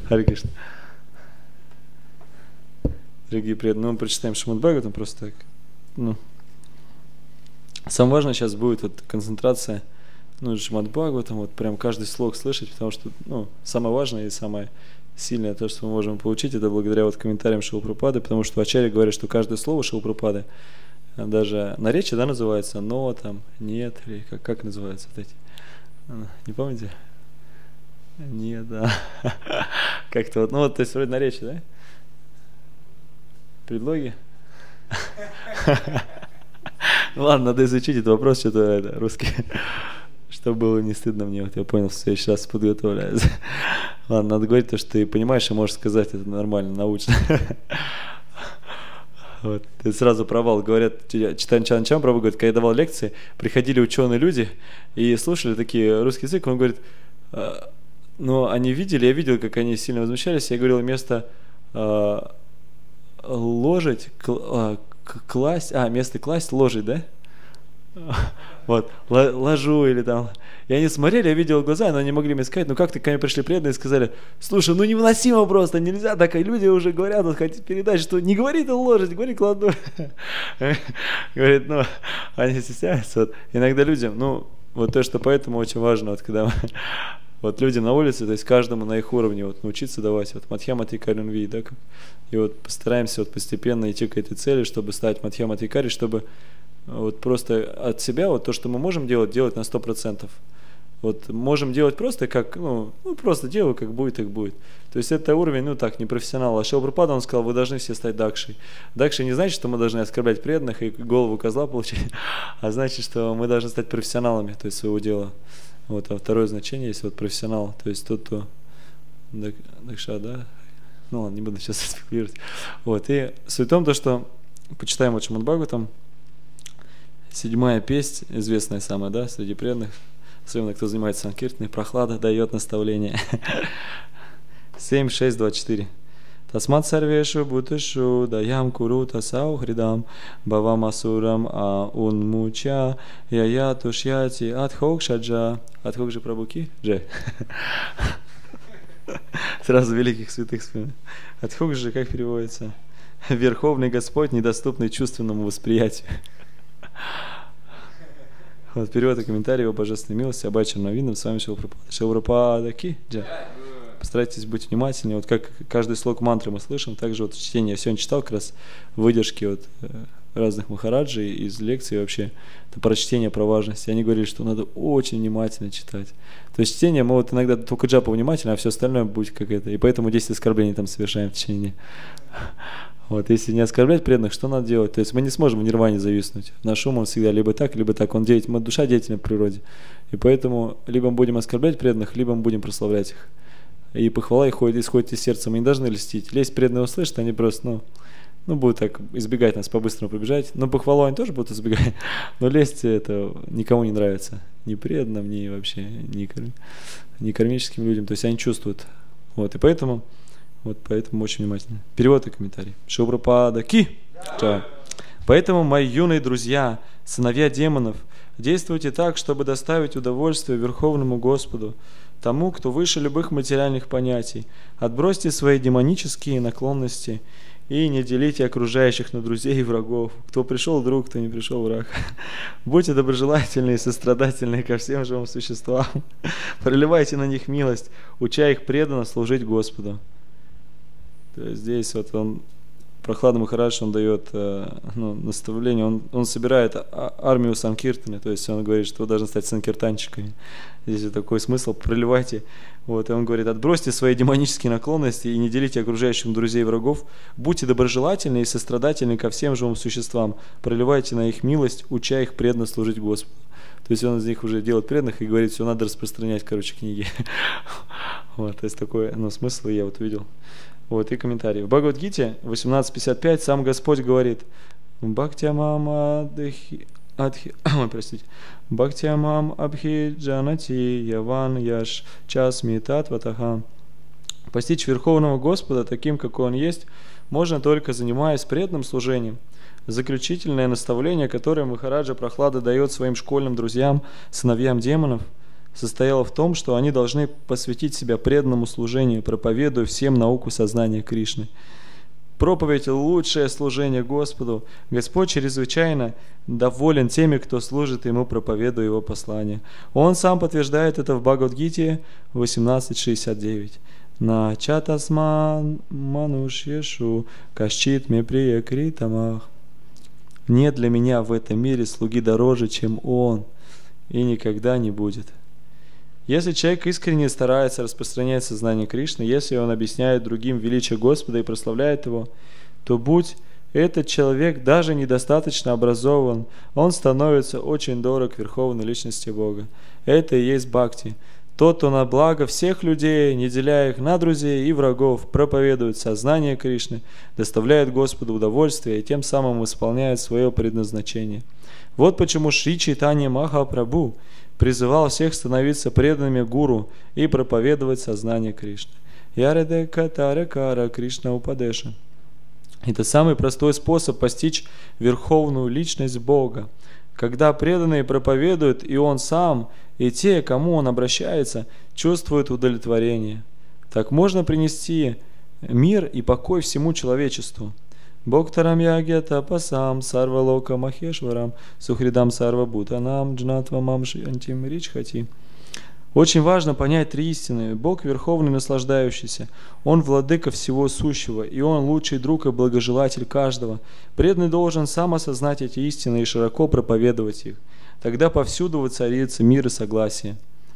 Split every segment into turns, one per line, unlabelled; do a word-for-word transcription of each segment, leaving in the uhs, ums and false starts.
Харе Кришна. Дорогие преданные, ну, мы прочитаем Шримад Бхагаватам просто так. Ну. Самое важное сейчас будет вот концентрация, ну, Шримад Бхагаватам, вот прям каждый слог слышать, потому что, ну, самое важное и самое сильное то, что мы можем получить, это благодаря вот комментариям Шрилы Прабхупады, потому что ачарьи говорят, что каждое слово Шрилы Прабхупады, даже наречие, да, называется, но, там, нет, или как, как называются вот эти, не помните? Нет, да. Как-то вот, ну вот, то есть вроде наречие, да? Предлоги? Ладно, надо изучить этот вопрос, что-то это, русский. Чтобы было не стыдно мне, вот я понял, что я сейчас подготовляюсь. Ладно, надо говорить то, что ты понимаешь и можешь сказать это нормально, научно. Вот. Ты сразу провал. Говорят, Чайтанья Чаритамриту Прабху говорит, когда я давал лекции, приходили ученые люди и слушали такие русский язык, он говорит, ну, они видели, я видел, как они сильно возмущались, я говорил, вместо э, ложить, кл, класть, а, вместо класть, ложить, да? Вот, ложу или там. И они смотрели, я видел глаза, но они могли мне сказать, ну как ты ко мне пришли преданные и сказали, слушай, ну невыносимо просто, нельзя так, и люди уже говорят, вот хотят передать, что не говори ты ложить, говори кладу. Говорит, ну, они стесняются. Вот. Иногда людям, ну, вот то, что поэтому очень важно, вот когда вот людям на улице, то есть каждому на их уровне вот научиться давать, вот Мадхьяматикари Нви, да, как, и вот постараемся вот постепенно идти к этой цели, чтобы стать Мадхьяматикари, чтобы вот просто от себя вот то, что мы можем делать, делать на сто процентов. Вот можем делать просто как, ну, ну просто делаю, как будет, так будет. То есть это уровень, ну так, не профессионал. А Шрила Прабхупада, он сказал, вы должны все стать дакшей. Дакшей не значит, что мы должны оскорблять преданных и голову козла получить, а значит, что мы должны стать профессионалами, то есть своего дела. Вот, а второе значение есть вот профессионал, то есть тот, кто дакша, да? Ну ладно, не буду сейчас спекулировать. Вот, и суть в том, то, что почитаем вот Шримад Бхагаватам, седьмая песнь, известная самая, да, среди преданных, особенно кто занимается санкиртаной, Прохлада дает наставление. семь, шесть, двадцать четыре. Тасмат сарвешу бутышу даям курута саухридам бавам асурам а унмуча яя тушьяти адхокшаджа. Адхокши прабуки? Джай. Сразу великих святых вспоминаю. Адхокши как переводится? Верховный Господь, недоступный чувственному восприятию. Вот перевод и комментарий о божественной милости, об Ачарья Навинам, с вами Шрила Прабхупада. Шрила Прабхупада ки джай. Постарайтесь быть внимательнее. Вот как каждый слог мантры мы слышим, также вот чтение. Я сегодня читал как раз выдержки от разных махараджей из лекций вообще. Это про чтение, про важность. И они говорили, что надо очень внимательно читать. То есть чтение, мы вот иногда только джапа внимательно, а все остальное будет как это. И поэтому десять оскорблений там совершаем в течение. Вот, если не оскорблять преданных, что надо делать? То есть мы не сможем в нирване зависнуть. Наш ум, он всегда либо так, либо так. Он деятель, мы душа деятельна в природе. И поэтому либо мы будем оскорблять преданных, либо мы будем прославлять их. И похвала их исходит из сердца. Мы не должны льстить. Если преданные услышат, они просто, ну, ну, будут так избегать нас, по-быстрому побежать. Но похвалу они тоже будут избегать. Но лесть это никому не нравится. Ни преданным, ни вообще, ни, карми, ни кармическим людям. То есть они чувствуют. Вот, и поэтому, вот, поэтому очень внимательно. Перевод и комментарий. Шрила Прабхупада ки. Поэтому, мои юные друзья, сыновья демонов, действуйте так, чтобы доставить удовольствие Верховному Господу, тому, кто выше любых материальных понятий. Отбросьте свои демонические наклонности и не делите окружающих на друзей и врагов. Кто пришел друг, кто не пришел враг. Будьте доброжелательны и сострадательны ко всем живым существам. Проливайте на них милость, уча их преданно служить Господу. То есть здесь вот он, Прохлада Махарадж, он дает ну, наставление, он, он собирает армию санкиртаны, то есть он говорит, что вы должны стать санкиртанчиками. Здесь вот такой смысл, проливайте. Вот, и он говорит, отбросьте свои демонические наклонности и не делите окружающим друзей и врагов, будьте доброжелательны и сострадательны ко всем живым существам, проливайте на их милость, уча их преданно служить Господу. То есть он из них уже делает преданных и говорит, все, надо распространять, короче, книги. Вот, то есть такой, ну, смысл я вот увидел. Вот, и комментарий. В Бхагавад-гите восемнадцать пятьдесят пять сам Господь говорит, Бхактямам адхи... Адхи... простите. Бхактямам абхи джанати яван яш часми татватаха. Постичь Верховного Господа таким, какой Он есть, можно только занимаясь преданным служением. Заключительное наставление, которое Махараджа Прохлада дает своим школьным друзьям, сыновьям демонов, состояла в том, что они должны посвятить себя преданному служению, проповедуя всем науку сознания Кришны. Проповедь – лучшее служение Господу. Господь чрезвычайно доволен теми, кто служит Ему, проповедуя Его послание. Он сам подтверждает это в Бхагавад-гите восемнадцать шестьдесят девять. На чатасман манушьешу кашчит ме прия критамах. Нет для меня в этом мире слуги дороже, чем Он, и никогда не будет. Если человек искренне старается распространять сознание Кришны, если он объясняет другим величие Господа и прославляет Его, то будь этот человек даже недостаточно образован, он становится очень дорог Верховной Личности Бога. Это и есть бхакти. Тот, кто на благо всех людей, не деля их на друзей и врагов, проповедует сознание Кришны, доставляет Господу удовольствие и тем самым исполняет свое предназначение. Вот почему Шри Чайтанья Махапрабху призывал всех становиться преданными гуру и проповедовать сознание Кришны. Яредека Таракара Кришна Упадеша. Это самый простой способ постичь верховную личность Бога. Когда преданные проповедуют, и он сам, и те, к кому он обращается, чувствуют удовлетворение. Так можно принести мир и покой всему человечеству. Боктарам ягета пасам сарвалока махешварам сухридам сарвабутанам джнатвамам шантим ричхати. Очень важно понять три истины. Бог верховный наслаждающийся. Он владыка всего сущего, и Он лучший друг и благожелатель каждого. Преданный должен сам осознать эти истины и широко проповедовать их. Тогда повсюду воцарится мир и согласие.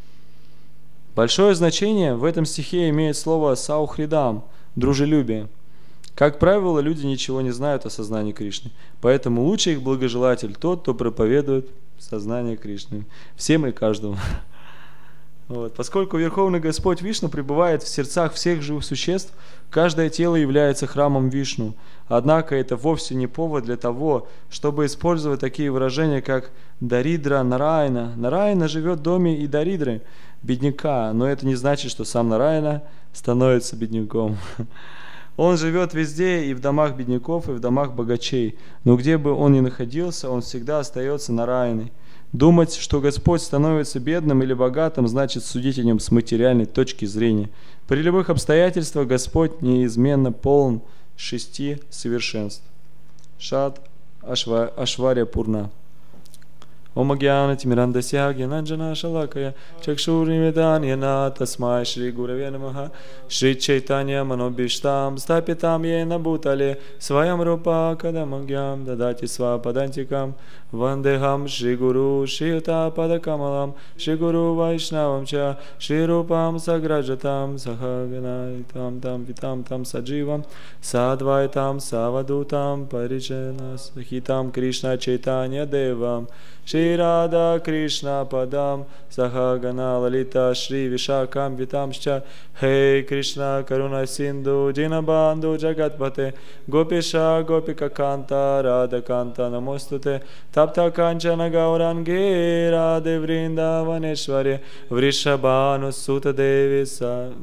Большое значение в этом стихе имеет слово «саухридам» – «дружелюбие». Как правило, люди ничего не знают о сознании Кришны, поэтому лучший их благожелатель тот, кто проповедует сознание Кришны всем и каждому. Вот. Поскольку Верховный Господь Вишну пребывает в сердцах всех живых существ, каждое тело является храмом Вишну. Однако это вовсе не повод для того, чтобы использовать такие выражения, как «Даридра Нараяна». Нараяна живет в доме и Даридры, бедняка, но это не значит, что сам Нараяна становится бедняком. Он живет везде, и в домах бедняков, и в домах богачей. Но где бы он ни находился, он всегда остается Нараяной. Думать, что Господь становится бедным или богатым, значит судить о нем с материальной точки зрения. При любых обстоятельствах Господь неизменно полон шести совершенств. Шад Ашва, Ашварья Пурна. Om Gyanati Mirandasya Gyananjana Shalakaya Chakshuri Vedanyana Tasmai Shri Gurave Namaha Shri Chaitanya Manobhishtam Stapitam Yena Bhutale Swayam Rupa Kadamagyam Dadati Swapadantikam Vandeham Shri Guru Shri Yuta Padakamalam Shri Guru Vaishnavam Cha Shri Rupam Sagrajatam Sahaganaitam Tam Vitam Tam Sajivam Sadvaitam Savadutam Parijana Sahitam Krishna Chaitanya Devam Shri Radha Krishna Padam Sahagana Lalita Shri Vishakam Vitamscha Hey Krishna Karuna Sindhu Dinabandhu Jagatpate Gopisha Gopika Kanta Radha Kanta Namostute Tapta Kanchana Gaurangi Radhe Vrindavaneshwari Vrishabhanu Sutta Devi Sa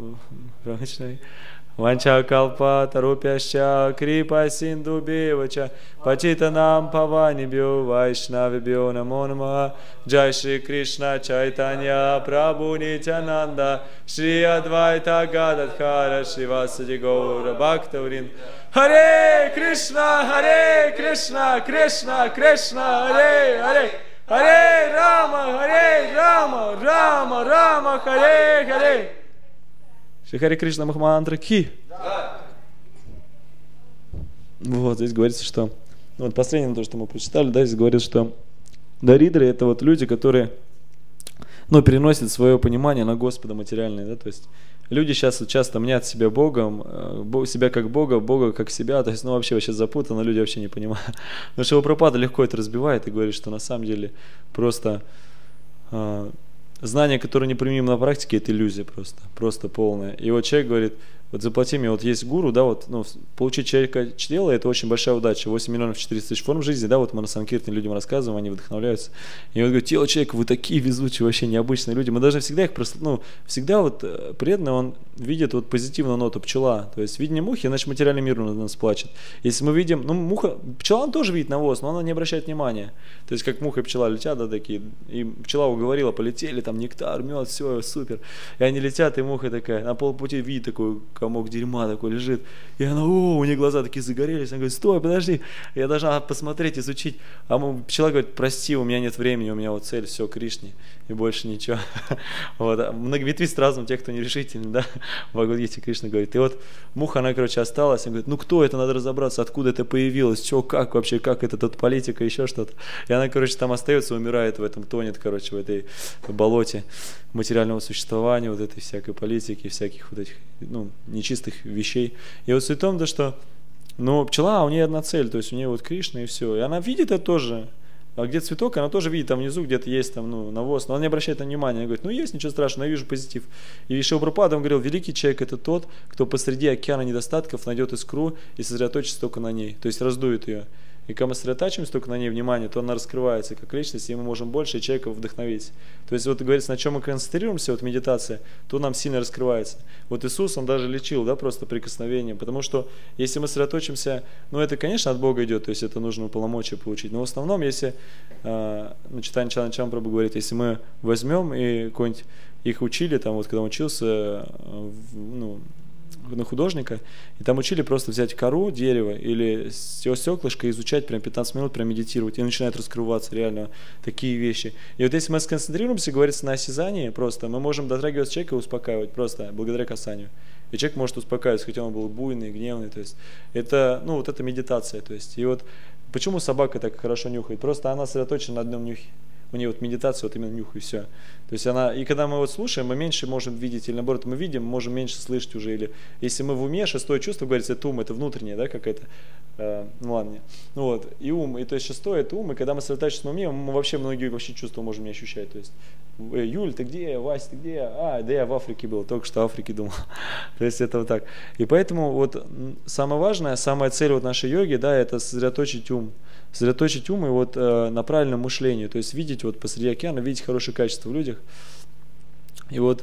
Vancha kalpa tarupyascha kripa sindhu bhevacha pachitanam pavanibhyo vaishnavibhyo namo namaha. Jai Shri Krishna Chaitanya Prabhu Nityananda Shri Advaita Gadadhara Shri Vasadi Gaura Bhaktavrind. Hare Krishna Hare Krishna Krishna Krishna Hare Hare Hare Rama Hare Rama Rama Rama Hare Hare. Шри Харе Кришна Махамантра Ки. Вот здесь говорится, что ну, вот последнее то, что мы прочитали, да, здесь говорится, что даридры это вот люди, которые ну, переносят свое понимание на Господа материальное, да, то есть люди сейчас часто мнят себя Богом, себя как Бога, Бога как себя, то есть ну вообще вообще запутано, люди вообще не понимают. Потому что Прабхупада легко это разбивает и говорит, что на самом деле просто знание, которое неприменимо на практике, это иллюзия просто, просто полная. И вот человек говорит, вот заплати мне, вот есть гуру, да, вот, ну, получить человека чтела, это очень большая удача, восемь миллионов четыреста тысяч форм жизни, да, вот мы на Санкиртане людям рассказываем, они вдохновляются, и он говорит, тело человека, вы такие везучие, вообще необычные люди, мы должны всегда их, ну, всегда вот преданный, он видит вот позитивную ноту, пчела, то есть видение мухи, значит материальный мир на нас плачет, если мы видим, ну, муха, пчела, он тоже видит навоз, но она не обращает внимания, то есть как муха и пчела летят, да, такие, и пчела уговорила, полетели, там нектар, мед, все, супер, и они летят, и муха такая, на полпути видит такой комок дерьма такой лежит, и она, о, у нее глаза такие загорелись, она говорит, стой, подожди, я должна посмотреть, изучить, а пчела говорит, прости, у меня нет времени, у меня вот цель, все, Кришне, и больше ничего, вот, а многоветвист разум тех, кто нерешительный, да, в Бхагавад-гите Кришна говорит, и вот муха, она, короче, осталась, она говорит, ну кто это, надо разобраться, откуда это появилось, что, как вообще, как это, тут политика, еще что-то, и она, короче, там остается, умирает в этом, тонет, короче, в этой болоте материального существования, вот этой всякой политики, всяких вот этих, ну, нечистых вещей. И вот суть в том, да, что, ну, пчела, у нее одна цель, то есть у нее вот Кришна и все. И она видит это тоже. А где цветок, она тоже видит, там внизу где-то есть там, ну, навоз, но она не обращает на внимания. Она говорит, ну, есть, ничего страшного, я вижу позитив. И Шрила Прабхупада, он говорил, великий человек это тот, кто посреди океана недостатков найдет искру и сосредоточится только на ней, то есть раздует ее. И когда мы сосредотачиваемся только на ней внимание, то она раскрывается как личность, и мы можем больше человека вдохновить. То есть вот говорится, на чем мы концентрируемся, вот медитация, то нам сильно раскрывается. Вот Иисус, он даже лечил, да, просто прикосновением, потому что если мы сосредоточимся, ну это, конечно, от Бога идет, то есть это нужно полномочия получить, но в основном, если, э, ну, Чайтанья Чаритамриту Прабху говорит, если мы возьмем и какой-нибудь, их учили, там вот когда он учился, э, ну, на художника, и там учили просто взять кору дерева или стеклышко и изучать прям пятнадцать минут, прям медитировать, и начинает раскрываться реально такие вещи. И вот если мы сконцентрируемся, говорится, на осязании просто, мы можем дотрагиваться человека и успокаивать просто благодаря касанию. И человек может успокаиваться, хотя он был буйный, гневный, то есть это, ну, вот это медитация, то есть. И вот почему собака так хорошо нюхает? Просто она сосредоточена на одном нюхе. У нее вот медитация, вот именно нюх и все. То есть она, и когда мы вот слушаем, мы меньше можем видеть, или наоборот, мы видим, можем меньше слышать уже. Или если мы в уме, шестое чувство, говорится, это ум, это внутреннее, да, какая-то, э, ну ладно, ну вот, и ум, и то есть шестое это ум, и когда мы сосредотачиваемся на уме, мы вообще многие вообще чувства можем не ощущать. То есть, э, Юль, ты где? Вася, ты где? А, да я в Африке был, только что в Африке думал. То есть это вот так. И поэтому вот самое важное, самая цель вот нашей йоги, да, это сосредоточить ум. Сосредоточить ум и вот э, на правильном мышлении, то есть видеть вот посреди океана, видеть хорошие качества в людях и вот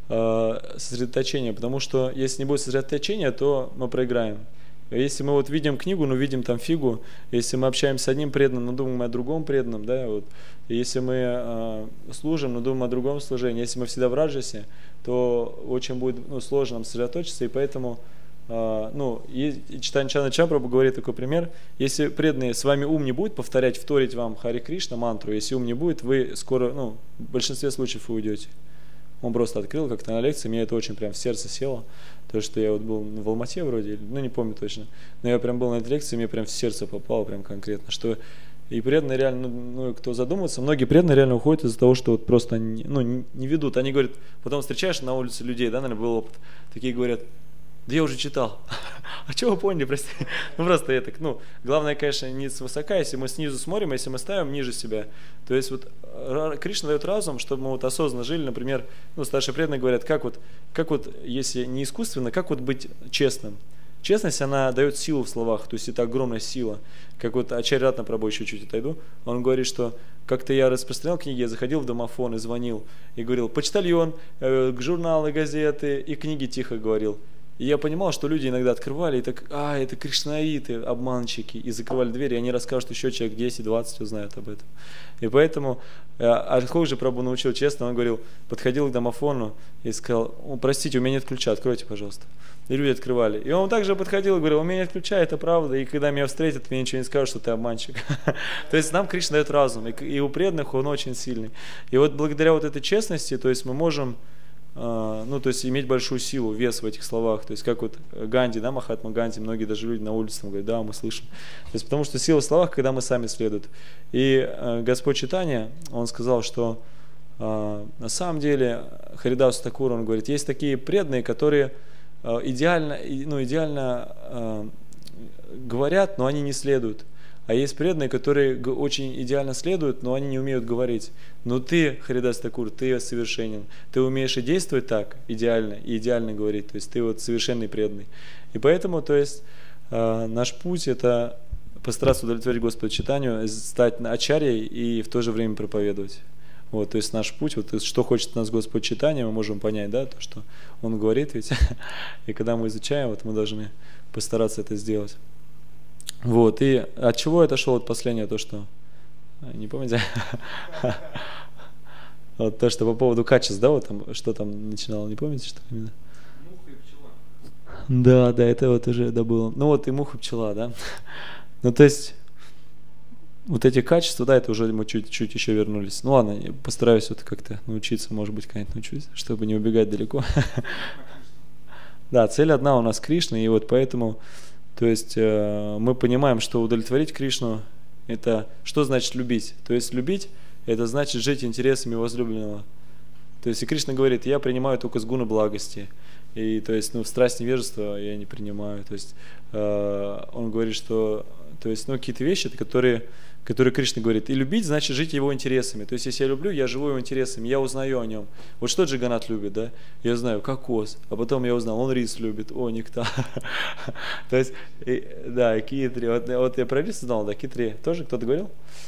э, сосредоточение, потому что если не будет сосредоточения, то мы проиграем. Если мы вот видим книгу, ну видим там фигу, если мы общаемся с одним преданным, но думаем о другом преданном, да, вот, если мы э, служим, но думаем о другом служении, если мы всегда в раджасе, то очень будет, ну, сложно нам сосредоточиться, и поэтому Uh, ну, и Чайтанья Чаритамриту Прабху говорит такой пример, если преданные с вами ум не будет повторять, вторить вам Харе Кришна мантру, если ум не будет, вы скоро, ну, в большинстве случаев вы уйдете. Он просто открыл как-то на лекции, мне это очень прям в сердце село, то, что я вот был в Алмате вроде, ну не помню точно, но я прям был на этой лекции, мне прям в сердце попало прям конкретно, что и преданные реально, ну, кто задумывается, многие преданные реально уходят из-за того, что вот просто, ну, не ведут, они говорят, потом встречаешь на улице людей, да, наверное, был опыт, такие говорят, да я уже читал. А что вы поняли, прости? Ну просто я так, ну, главное, конечно, не свысока, если мы снизу смотрим, если мы ставим ниже себя. То есть вот Кришна дает разум, чтобы мы вот осознанно жили, например, ну, старшие преданные говорят, как вот, как вот, если не искусственно, как вот быть честным. Честность, она дает силу в словах, то есть это огромная сила. Как вот Ачарья Ратна Прабху, еще чуть отойду, он говорит, что как-то я распространял книги, я заходил в домофон и звонил, и говорил, почтальон, э, журналы, газеты, и книги тихо говорил. И я понимал, что люди иногда открывали и так, а, это кришнаиты, обманщики, и закрывали дверь, и они расскажут, еще человек десять-двадцать узнают об этом. И поэтому, а как же Прабху научил честно, он говорил, подходил к домофону и сказал, простите, у меня нет ключа, откройте, пожалуйста. И люди открывали. И он также подходил и говорил, у меня нет ключа, это правда, и когда меня встретят, мне ничего не скажут, что ты обманщик. То есть нам Кришна дает разум, и у преданных он очень сильный. И вот благодаря вот этой честности, то есть мы можем, ну, то есть иметь большую силу, вес в этих словах. То есть как вот Ганди, да, Махатма Ганди, многие даже люди на улице говорят, да, мы слышим. То есть потому что сила в словах, когда мы сами следуем. И э, Господь Чайтанья, он сказал, что э, на самом деле Харидас Такур, он говорит, есть такие преданные, которые э, идеально, ну, идеально э, говорят, но они не следуют. А есть преданные, которые очень идеально следуют, но они не умеют говорить. Но ты, Харидас Такур, ты совершенен. Ты умеешь и действовать так, идеально, и идеально говорить. То есть ты вот совершенный преданный. И поэтому, то есть, э, наш путь – это постараться удовлетворить Господу читанию, стать ачарьей и в то же время проповедовать. Вот, то есть наш путь, вот, что хочет от нас Господь читания, мы можем понять, да, то, что Он говорит ведь. И когда мы изучаем, вот мы должны постараться это сделать. Вот, и от чего это шло вот последнее, то, что, не помните? Вот то, что по поводу качеств, да, вот там, что там начинало, не помните, что именно?
Муха и пчела.
Да, да, это вот уже, да, было. Ну вот и муха, пчела, да. Ну, то есть, вот эти качества, да, это уже мы чуть-чуть еще вернулись. Ну ладно, я постараюсь вот как-то научиться, может быть, как-нибудь научусь, чтобы не убегать далеко. Да, цель одна у нас Кришна, и вот поэтому, то есть, мы понимаем, что удовлетворить Кришну, это что значит любить? То есть, любить, это значит жить интересами возлюбленного. То есть, и Кришна говорит, я принимаю только с гуна благости. И, то есть, ну, в страсть невежества я не принимаю. То есть, он говорит, что, то есть, ну, какие-то вещи, которые... который Кришна говорит, и любить значит жить его интересами. То есть, если я люблю, я живу его интересами, я узнаю о нем. Вот что Джаганнат любит, да? Я знаю, кокос, а потом я узнал, он рис любит, о, нектар. То есть, да, китри. Вот я про рис знал, да, китри. Тоже кто-то говорил?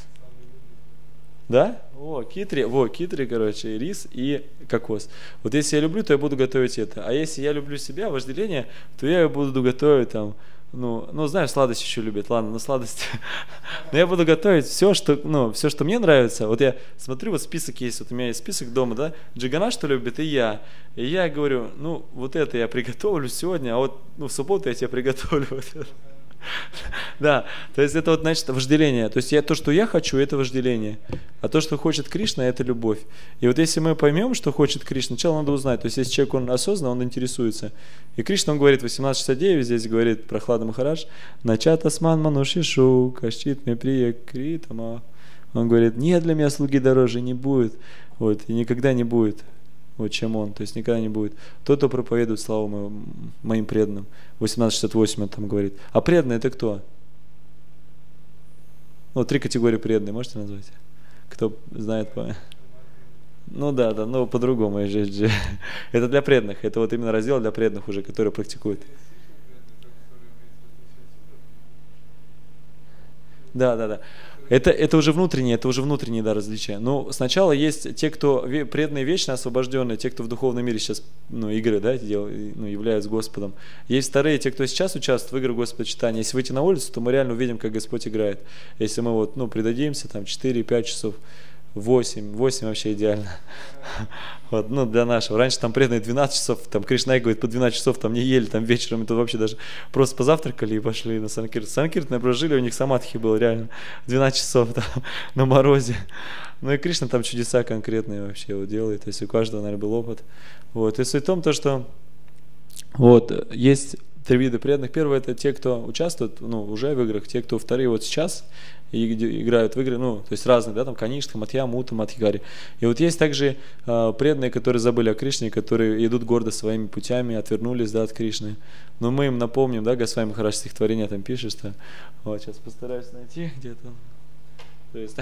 Да? О, китри, во, китри, короче, рис и кокос. Вот если я люблю, то я буду готовить это. А если я люблю себя, вожделение, то я буду готовить там, ну, ну, знаю, сладость еще любят, ладно, но сладость. Но я буду готовить все, что, ну, все, что мне нравится. Вот я смотрю, вот список есть, вот у меня есть список дома, да, Джаганнат, что любит, и я. И я говорю, ну, вот это я приготовлю сегодня, а вот, ну, в субботу я тебе приготовлю вот это. Да, то есть это вот, значит, вожделение. То есть я, то, что я хочу, это вожделение. А то, что хочет Кришна, это любовь. И вот если мы поймем, что хочет Кришна, сначала надо узнать. То есть если человек, он осознанно, он интересуется. И Кришна, он говорит, восемнадцать шестьдесят девять, здесь говорит Прохлада Махарадж, «Начат асман манушишу, кащит ме прия критама». Он говорит, нет для меня слуги дороже, не будет. Вот, и никогда не будет. Вот чем он, то есть никогда не будет. Тот, кто проповедует славу моим, моим преданным. восемнадцать шестьдесят восемь он там говорит. А преданные это кто? Ну, три категории преданные, можете назвать? Кто знает по... Ну да, да, но по-другому. Это для преданных. Это вот именно раздел для преданных уже, которые практикуют. Да, да, да. Это, это уже внутреннее, это уже внутренние, да, различия. Но сначала есть те, кто преданные, вечно освобожденные, те, кто в духовном мире сейчас, ну, игры, да, делают, ну, являются Господом. Есть вторые, те, кто сейчас участвует в играх Господа читания. Если выйти на улицу, то мы реально увидим, как Господь играет. Если мы вот, ну, предадимся, там, четыре-пять часов, восемь, восемь вообще идеально. Вот, ну, для нашего. Раньше там преданные двенадцать часов, там Кришна говорит, по двенадцать часов там не ели, там вечером, и тут вообще даже просто позавтракали и пошли на Санкиртан. Санкиртан прожили, у них самадхи было реально двенадцать часов там, на морозе. Ну и Кришна там чудеса конкретные вообще вот делает, то есть у каждого, наверное, был опыт. Вот, и суть в том, то, что вот, есть три вида преданных. Первое — это те, кто участвует, ну, уже в играх, те, кто вторые вот сейчас и играют в игры, ну, то есть разные, да, там, Каништха, Матья, Мута, Мадхикари. И вот есть также э, преданные, которые забыли о Кришне, которые идут гордо своими путями, отвернулись, да, от Кришны. Но мы им напомним, да, Госвами Махарадж стихотворение там пишет, что... Вот, сейчас постараюсь найти где-то. То есть...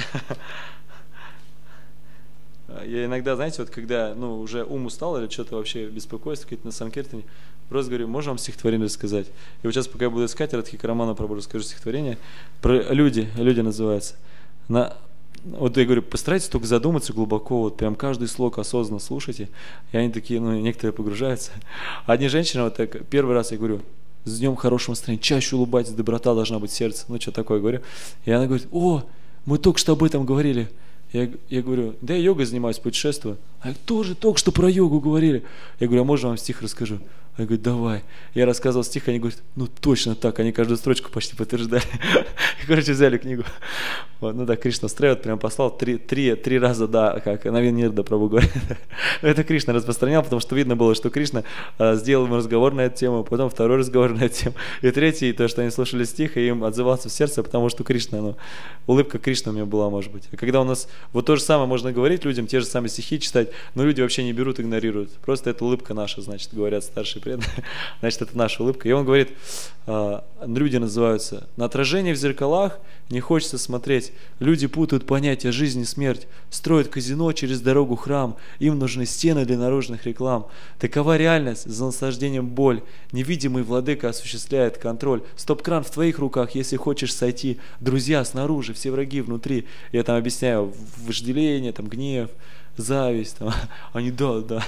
Я иногда, знаете, вот когда, ну, уже ум устал или что-то вообще беспокойство какие-то на Санкиртане, просто говорю, можно вам стихотворение рассказать? И вот сейчас, пока я буду искать, Радхика Романа Прабху расскажу стихотворение. Про люди, люди называется. На, вот я говорю, постарайтесь только задуматься глубоко, вот прям каждый слог осознанно слушайте. И они такие, ну, некоторые погружаются. Одни женщины, вот так, первый раз я говорю, с днем хорошего настроения, чаще улыбайтесь, доброта должна быть в сердце. Ну, что такое, говорю. И она говорит, о, мы только что об этом говорили. Я, я говорю, да я йогой занимаюсь, путешествую. А я тоже только что про йогу говорили. Я говорю, а можно вам стих расскажу? Они говорят, давай. Я рассказывал стих, они говорят, ну точно так. Они каждую строчку почти подтверждали. И, короче, взяли книгу. Вот, ну да, Кришна устраивает, прям послал три, три, три раза, да, как Навин Нирда Прабху говорит. Это Кришна распространял, потому что видно было, что Кришна а, сделал ему разговор на эту тему, потом второй разговор на эту тему, и третий, то, что они слушали стих, и им отзывался в сердце, потому что Кришна, ну, улыбка Кришны у меня была, может быть. А когда у нас вот то же самое можно говорить людям, те же самые стихи читать, но люди вообще не берут, игнорируют. Просто это улыбка наша, значит, говорят старшие преданные, значит, это наша улыбка. И он говорит, люди называются, на отражение в зеркалах не хочется смотреть. Люди путают понятия жизнь и смерть, строят казино через дорогу храм, им нужны стены для наружных реклам. Такова реальность, за наслаждением боль. Невидимый владыка осуществляет контроль. Стоп-кран в твоих руках, если хочешь сойти. Друзья снаружи, все враги внутри. Я там объясняю, вожделение, там, гнев, зависть. Там. Они, да, да.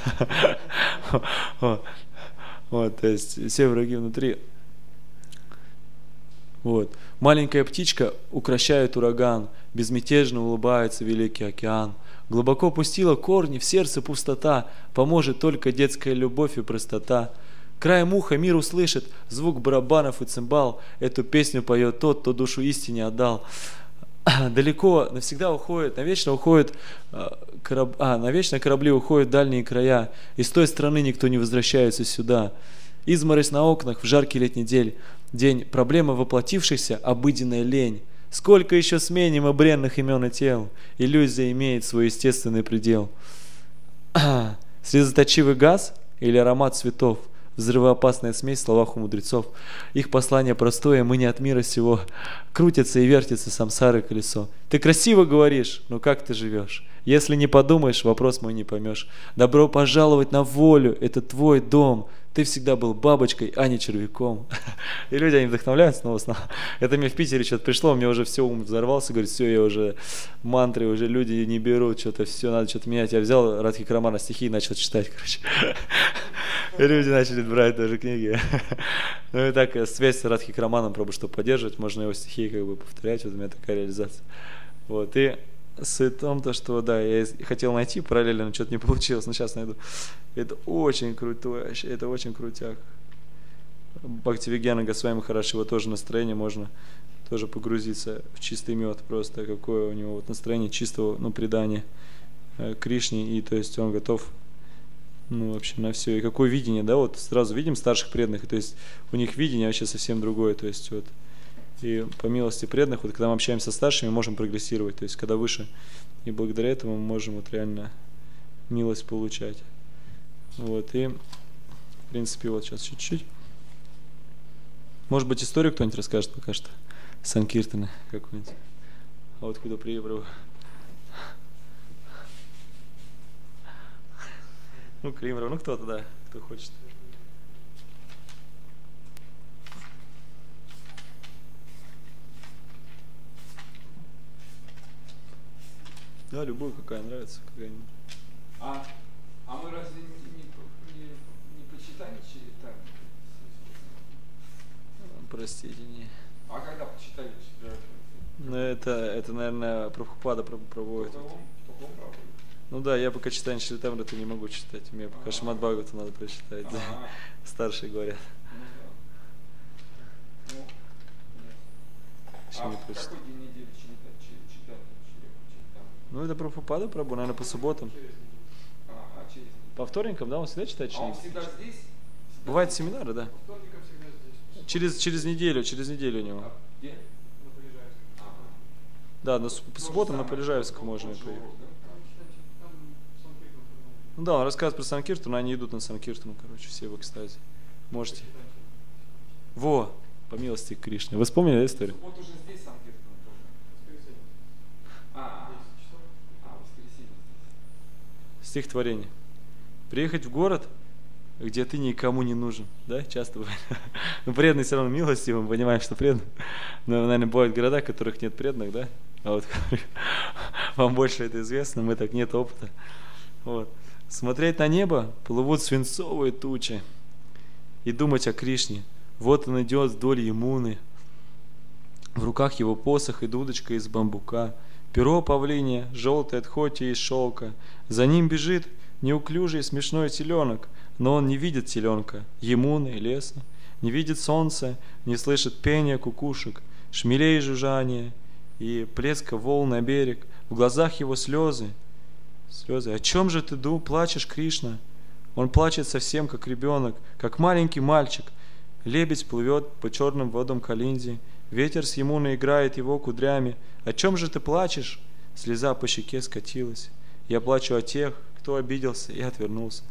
Вот, то есть все враги внутри. Вот. Маленькая птичка укращает ураган, безмятежно улыбается великий океан. Глубоко пустила корни, в сердце пустота, поможет только детская любовь и простота. Краем уха мир услышит звук барабанов и цимбал. Эту песню поет тот, кто душу истине отдал. Далеко, навсегда уходит, навечно уходит, кораб... а, навечно корабли уходят в дальние края, и с той стороны никто не возвращается сюда. Изморозь на окнах в жаркий летний день, день, проблема воплотившихся, обыденная лень. Сколько еще сменим и бренных имен и тел, иллюзия имеет свой естественный предел. Слезоточивый газ или аромат цветов, взрывоопасная смесь в словах у мудрецов. Их послание простое, мы не от мира сего. Крутится и вертится самсары колесо. Ты красиво говоришь, но как ты живешь? Если не подумаешь, вопрос мой не поймешь. Добро пожаловать на волю, это твой дом. Ты всегда был бабочкой, а не червяком. И люди, они вдохновляются снова, снова. Это мне в Питере что-то пришло, мне уже все, ум взорвался, говорит, все, я уже мантры, уже люди не берут, что-то все, надо что-то менять. Я взял Радхи Крамана стихи и начал читать, короче. И люди начали брать тоже книги. Ну и так, связь с Радхи Краманом, пробую, чтобы поддерживать, можно его стихи как бы повторять, вот у меня такая реализация. Вот, и суть в том, то, что, да, я хотел найти параллельно, но что-то не получилось, но сейчас найду. Это очень крутой, это очень крутяк. Бхактивигьяна Госвами Махарадж, его тоже настроение, можно тоже погрузиться в чистый мед, просто какое у него вот настроение чистого, ну, предания э, Кришне, и то есть он готов, ну, вообще на все. И какое видение, да, вот сразу видим старших преданных, то есть у них видение вообще совсем другое, то есть вот. И по милости преданных, вот когда мы общаемся со старшими, можем прогрессировать, то есть когда выше. И благодаря этому мы можем вот реально милость получать. Вот, и в принципе вот сейчас чуть-чуть. Может быть, историю кто-нибудь расскажет пока что? Санкиртаны какой-нибудь. А вот куда приебрал. Ну, Кримров, ну кто-то, да, кто хочет. Да, любую, какая нравится, какая-нибудь.
А, а мы разве не, не, не, не почитали там?
Простите, не.
А когда почитали?
Ну, это, это, наверное, Прабхупада проводит. Ну да, я пока читаю Чаритамриту не могу читать. Мне пока Шримад Бхагавату надо прочитать. Да. Старшие говорят.
Ну, а в какой день недели читать?
Ну, это Прабхупада Прабху, наверное, по субботам.
А, а через...
По вторникам, да, он всегда читает?
А он всегда здесь?
Бывают семинары, да.
По вторникам всегда здесь.
Через, через неделю, через неделю у него.
А где? На Полежаевском. Ага.
Да, но по субботам на Полежаевском можно поехать. Ну да, он рассказывает про Санкиртану, но они идут на Санкиртану, короче, все в экстазе. Можете. Во, по милости Кришны. Вы вспомнили эту историю?
Вот уже здесь Санкиртана тоже. А, а, воскресенье здесь.
Стихотворение. Приехать в город, где ты никому не нужен. Да, часто бывает. Но преданный все равно милостивый, мы понимаем, что преданный. Но, наверное, бывают города, в которых нет преданных, да? А вот вам больше это известно, мы так нет опыта. Вот. Смотреть на небо, плывут свинцовые тучи, и думать о Кришне. Вот он идет вдоль Ямуны, в руках его посох и дудочка из бамбука, перо павлиния, желтое от хоти из шелка. За ним бежит неуклюжий смешной теленок, но он не видит теленка, Ямуны, леса, не видит солнца, не слышит пения кукушек, шмелей жужжания и плеска волн на берег. В глазах его слезы. Слезы. О чем же ты ду, плачешь, Кришна? Он плачет совсем как ребенок, как маленький мальчик. Лебедь плывет по черным водам Калинди, ветер с Ямуны играет его кудрями. О чем же ты плачешь? Слеза по щеке скатилась. Я плачу о тех, кто обиделся и отвернулся,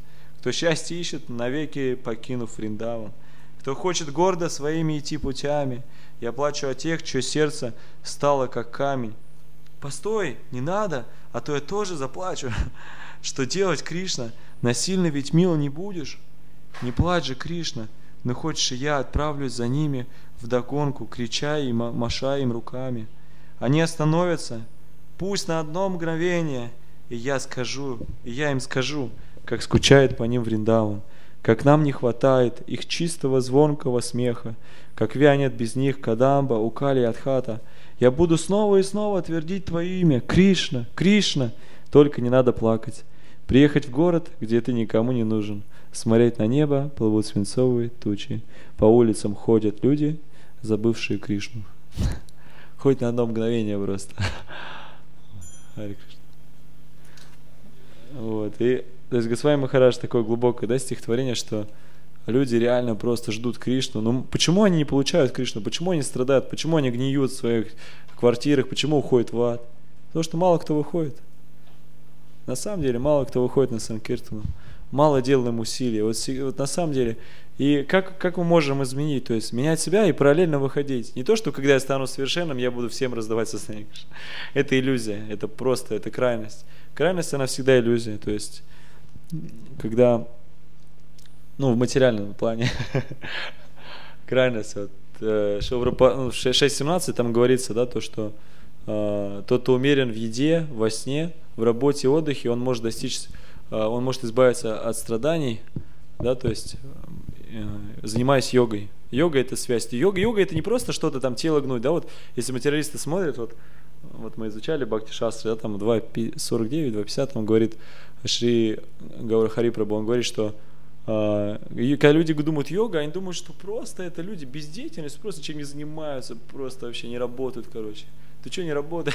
Кто счастье ищет, навеки покинув Вриндаван. Кто хочет гордо своими идти путями, я плачу о тех, чье сердце стало как камень. Постой, не надо, а то я тоже заплачу. Что делать, Кришна? Насильно ведь мил не будешь. Не плачь же, Кришна, но хочешь, и я отправлюсь за ними вдогонку, крича и маша им руками. Они остановятся, пусть на одно мгновение, и я скажу, и я им скажу, как скучает по ним Вриндаван, как нам не хватает их чистого звонкого смеха, как вянет без них Кадамба, Укали и Адхата. Я буду снова и снова твердить Твое имя, Кришна, Кришна, только не надо плакать. Приехать в город, где ты никому не нужен, смотреть на небо, плывут свинцовые тучи, по улицам ходят люди, забывшие Кришну. Хоть на одно мгновение просто. Харе Кришна. Вот, и то есть Госвами Махарадж такое глубокое, да, стихотворение, что люди реально просто ждут Кришну. Но почему они не получают Кришну? Почему они страдают? Почему они гниют в своих квартирах? Почему уходят в ад? Потому что мало кто выходит. На самом деле, мало кто выходит на Санкиртану. Мало делаем усилий. Вот, вот на самом деле, и как, как мы можем изменить? То есть менять себя и параллельно выходить. Не то, что когда я стану совершенным, я буду всем раздавать состояние Кришны. Это иллюзия, это просто, это крайность. Крайность, она всегда иллюзия. То есть когда, ну, в материальном плане, крайность, вот, э, ну, шесть семнадцать там говорится, да, то, что э, тот, кто умерен в еде, во сне, в работе и отдыхе, он может достичь, э, он может избавиться от страданий, да, то есть э, занимаясь йогой. Йога — это связь. Йога, йога — это не просто что-то там тело гнуть, да, вот, если материалисты смотрят, вот, вот мы изучали Бхакти Шастры, да, там два сорок девять, два пятьдесят, он говорит, Шри Гаура Хари Прабху, он говорит, что э, когда люди думают йога, они думают, что просто это люди бездеятельность, просто чем не занимаются, просто вообще не работают, короче. Ты что, не работаешь?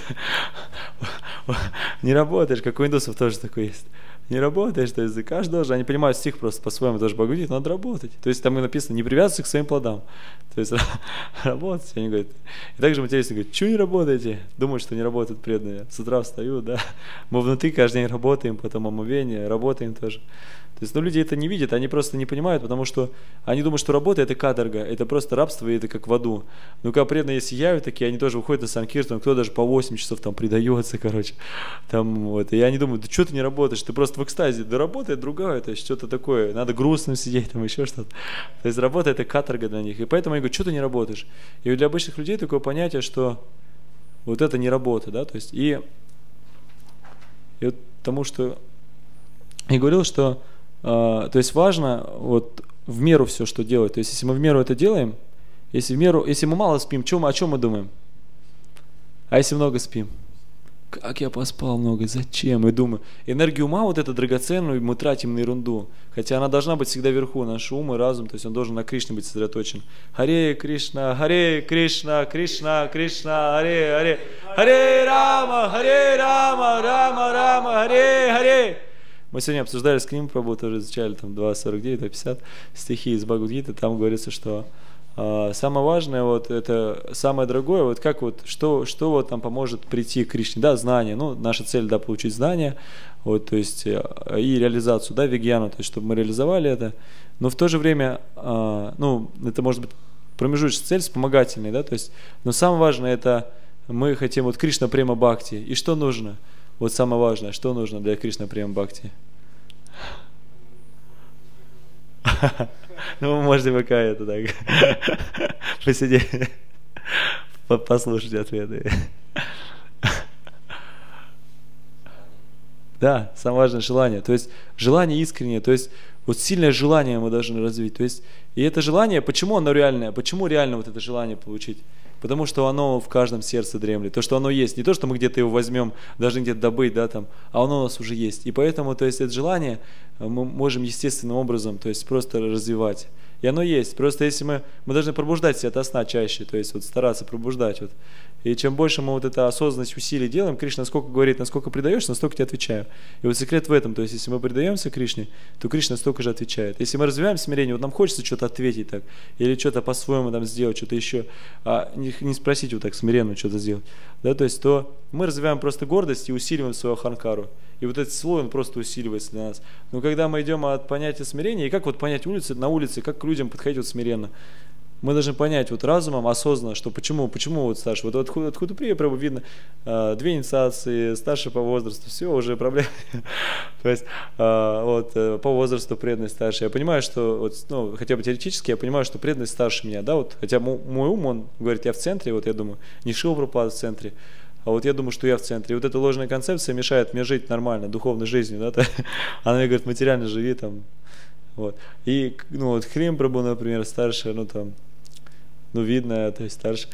Не работаешь, как у индусов тоже такое есть. Не работаешь, то есть каждый должен, они понимают стих просто по-своему, тоже Бхагавадгита, надо работать. То есть там написано, не привязывайся к своим плодам. То есть работать, они говорят. И также материалисты говорят, что не работаете? Думают, что не работают преданные. С утра встаю, да. Мы внутри каждый день работаем, потом омовение, работаем тоже. То есть, ну, люди это не видят, они просто не понимают, потому что они думают, что работа — это каторга, это просто рабство, и это как в аду. Но когда преданные сияют такие, они тоже выходят на Санкиртан, кто даже по восемь часов там предается, короче. Там, вот, и они думают, да что ты не работаешь, ты просто в экстазе. Да работа — это другая, то есть что-то такое, надо грустным сидеть, там еще что-то. То есть работа — это каторга для них. И поэтому они говорят, что ты не работаешь? И для обычных людей такое понятие, что вот это не работа, да, то есть, и, и вот тому, что я говорил, что Uh, то есть важно вот в меру все, что делать. То есть если мы в меру это делаем, если в меру, если мы мало спим, чем, о чем мы думаем? А если много спим? Как я поспал много, зачем? И думаю, энергию ума вот эту драгоценную мы тратим на ерунду. Хотя она должна быть всегда вверху, наш ум и разум, то есть он должен на Кришне быть сосредоточен. Харе Кришна, Харе Кришна, Кришна, Кришна, Харе, Харе, Харе Рама, Харе Рама, Рама, Рама, Харе, Харе. Мы сегодня обсуждали с Крим Прабху, тоже изучали там два сорок девять, два пятьдесят стихи из Бхагавад-гиты, там говорится, что э, самое важное, вот это самое дорогое, вот как вот, что, что вот нам поможет прийти к Кришне, да, знание, ну, наша цель, да, получить знание, вот, то есть, э, и реализацию, да, вигьяну, то есть, чтобы мы реализовали это, но в то же время, э, ну, это может быть промежуточная цель, вспомогательная, да, то есть, но самое важное, это мы хотим вот Кришна Према Бхакти, и что нужно? Вот самое важное, что нужно для Кришна Према Бхакти? Ну, можете пока это так посидеть, послушать ответы. Да, самое важное — желание. То есть желание искреннее, то есть вот сильное желание мы должны развить. То есть, и это желание, почему оно реальное? Почему реально вот это желание получить? Потому что оно в каждом сердце дремлет. То, что оно есть. Не то, что мы где-то его возьмем, должны где-то добыть, да, там, а оно у нас уже есть. И поэтому, то есть, это желание мы можем естественным образом, то есть, просто развивать. И оно есть. Просто если мы, мы должны пробуждать себя ото сна чаще, то есть, вот стараться пробуждать. Вот. И чем больше мы вот это осознанность усилий делаем, Кришна сколько говорит, насколько предаешься, настолько тебе отвечаю. И вот секрет в этом, то есть если мы предаемся Кришне, то Кришна столько же отвечает. Если мы развиваем смирение, вот нам хочется что-то ответить так, или что-то по-своему там сделать, что-то еще, а не, не спросить вот так смиренно что-то сделать, да, то есть то мы развиваем просто гордость и усиливаем свою аханкару. И вот этот слой, он просто усиливается для нас. Но когда мы идем от понятия смирения, и как вот понять улицы, на улице, как к людям подходить вот смиренно, мы должны понять вот разумом, осознанно, что почему, почему вот старше. Вот от Худуприя прямо видно э, две инициации, старше по возрасту, все, уже проблемы. То есть э, вот, э, по возрасту преданность старше. Я понимаю, что, вот, ну, хотя бы теоретически, я понимаю, что преданность старше меня, да, вот, хотя мой, мой ум, он говорит, я в центре, вот я думаю, не Шрила Прабхупада в центре, а вот я думаю, что я в центре. И вот эта ложная концепция мешает мне жить нормально, духовной жизнью, да, она мне говорит, материально живи там, вот. И, ну, вот Хрим Прабху, например, старше, ну, там, ну, видно, то есть старше.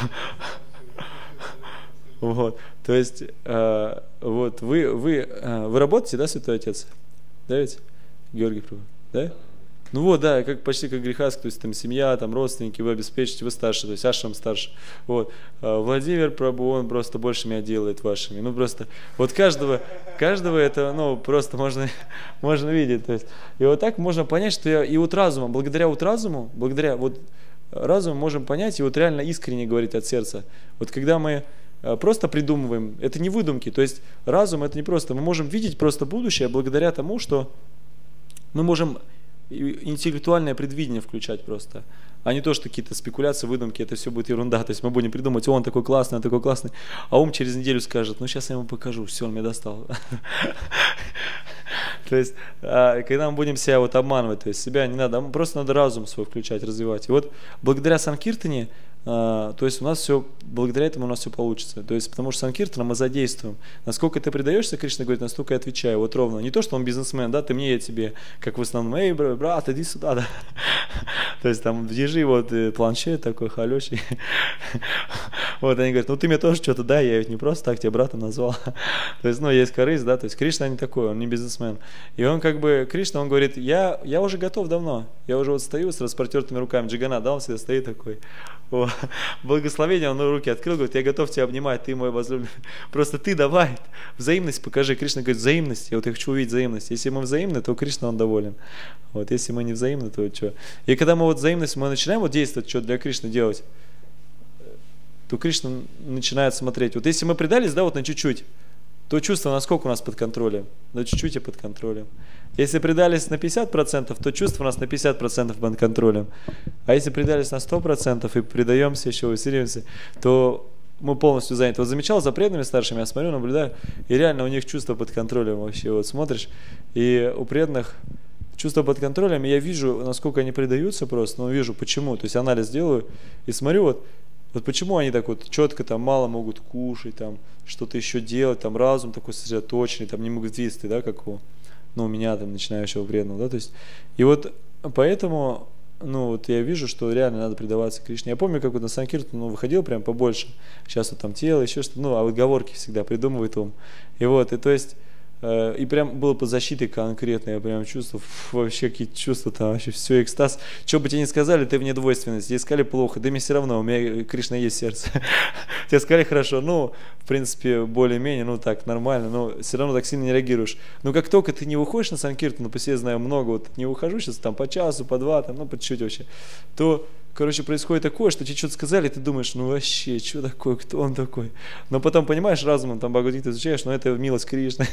Вот, то есть, э, вот, вы, вы, э, вы работаете, да, Святой Отец? Да ведь? Георгий Прабху, да? Ну вот, да, как, почти как грехаск, то есть там семья, там родственники, вы обеспечите, вы старше, то есть Ашрам старше. Вот. А Владимир Прабху, он просто больше меня делает вашими. Ну просто, вот каждого, каждого это, ну, просто можно, можно видеть. То есть. И вот так можно понять, что я и вот разумом, благодаря вот разуму, благодаря вот разуму можем понять и вот реально искренне говорить от сердца. Вот когда мы просто придумываем, это не выдумки, то есть разум это не просто, мы можем видеть просто будущее благодаря тому, что мы можем интеллектуальное предвидение включать просто, а не то, что какие-то спекуляции, выдумки, это все будет ерунда. То есть мы будем придумать, он такой классный, он такой классный, а ум через неделю скажет, ну сейчас я ему покажу, все, он меня достал. То есть, когда мы будем себя вот обманывать, то есть себя не надо, просто надо разум свой включать, развивать. И вот благодаря Санкиртане, то есть у нас все, благодаря этому у нас все получится. То есть, потому что Санкиртана мы задействуем. Насколько ты предаешься, Кришна говорит, настолько я отвечаю. Вот ровно. Не то, что он бизнесмен, да, ты мне, я тебе, как в основном, эй, брат, иди сюда, да. То есть там держи вот планшет такой халёший. Вот они говорят, ну ты мне тоже что-то дай, я ведь не просто так тебя братом назвал. То есть, ну, есть корысть, да, то есть Кришна не такой, он не бизнесмен. И он как бы, Кришна, он говорит, я, я уже готов давно. Я уже вот стою с распростертыми руками. Джигана, да, он всегда стоит такой. О, благословение, он руки открыл, говорит, я готов тебя обнимать, ты мой возлюбленный. Просто ты давай, взаимность покажи. Кришна говорит, взаимность, я вот я хочу увидеть взаимность. Если мы взаимны, то Кришна, он доволен. Вот, если мы не взаимны, то что? И когда мы вот взаимность, мы начинаем вот действовать, что для Кришны делать, то Кришна начинает смотреть. Вот если мы предались, да, вот на чуть-чуть, то чувство насколько у нас под контролем? На чуть-чуть и под контролем. Если предались на пятьдесят процентов, то чувство у нас на пятьдесят процентов под контролем. А если предались на сто процентов и предаемся, еще усиливаемся, то мы полностью заняты. Вот замечал за преданными старшими, я смотрю, наблюдаю, и реально у них чувство под контролем вообще. Вот смотришь, и у преданных чувство под контролем, и я вижу, насколько они предаются просто, но вижу, почему. То есть анализ делаю и смотрю, вот, вот почему они так вот четко там мало могут кушать, там что-то еще делать, там разум такой сосредоточенный, там не могут двигаться, да, как у, ну, у меня там начинающего преданного, да, то есть, и вот поэтому, ну, вот я вижу, что реально надо предаваться Кришне. Я помню, как вот на Санкиртану, ну, выходил прям побольше, сейчас вот там тело, еще что-то, ну, а отговорки всегда придумывает ум, и вот, и то есть, и прям было под защитой конкретно, я прям чувствовал, фу, вообще какие-то чувства там, вообще все, экстаз. Что бы тебе ни сказали, ты вне двойственности, тебе сказали плохо, да мне все равно, у меня Кришна есть сердце. Тебе сказали хорошо, ну, в принципе, более-менее, ну так, нормально, но все равно так сильно не реагируешь. Но как только ты не выходишь на Санкиртану, по себе знаю много, вот не выхожу сейчас там по часу, по два, там, ну, по чуть-чуть вообще, то... Короче, происходит такое, что тебе что-то сказали, и ты думаешь, ну вообще, что такое, кто он такой? Но потом понимаешь, разумом там Бхагавад-гиту изучаешь, но это милость Кришны.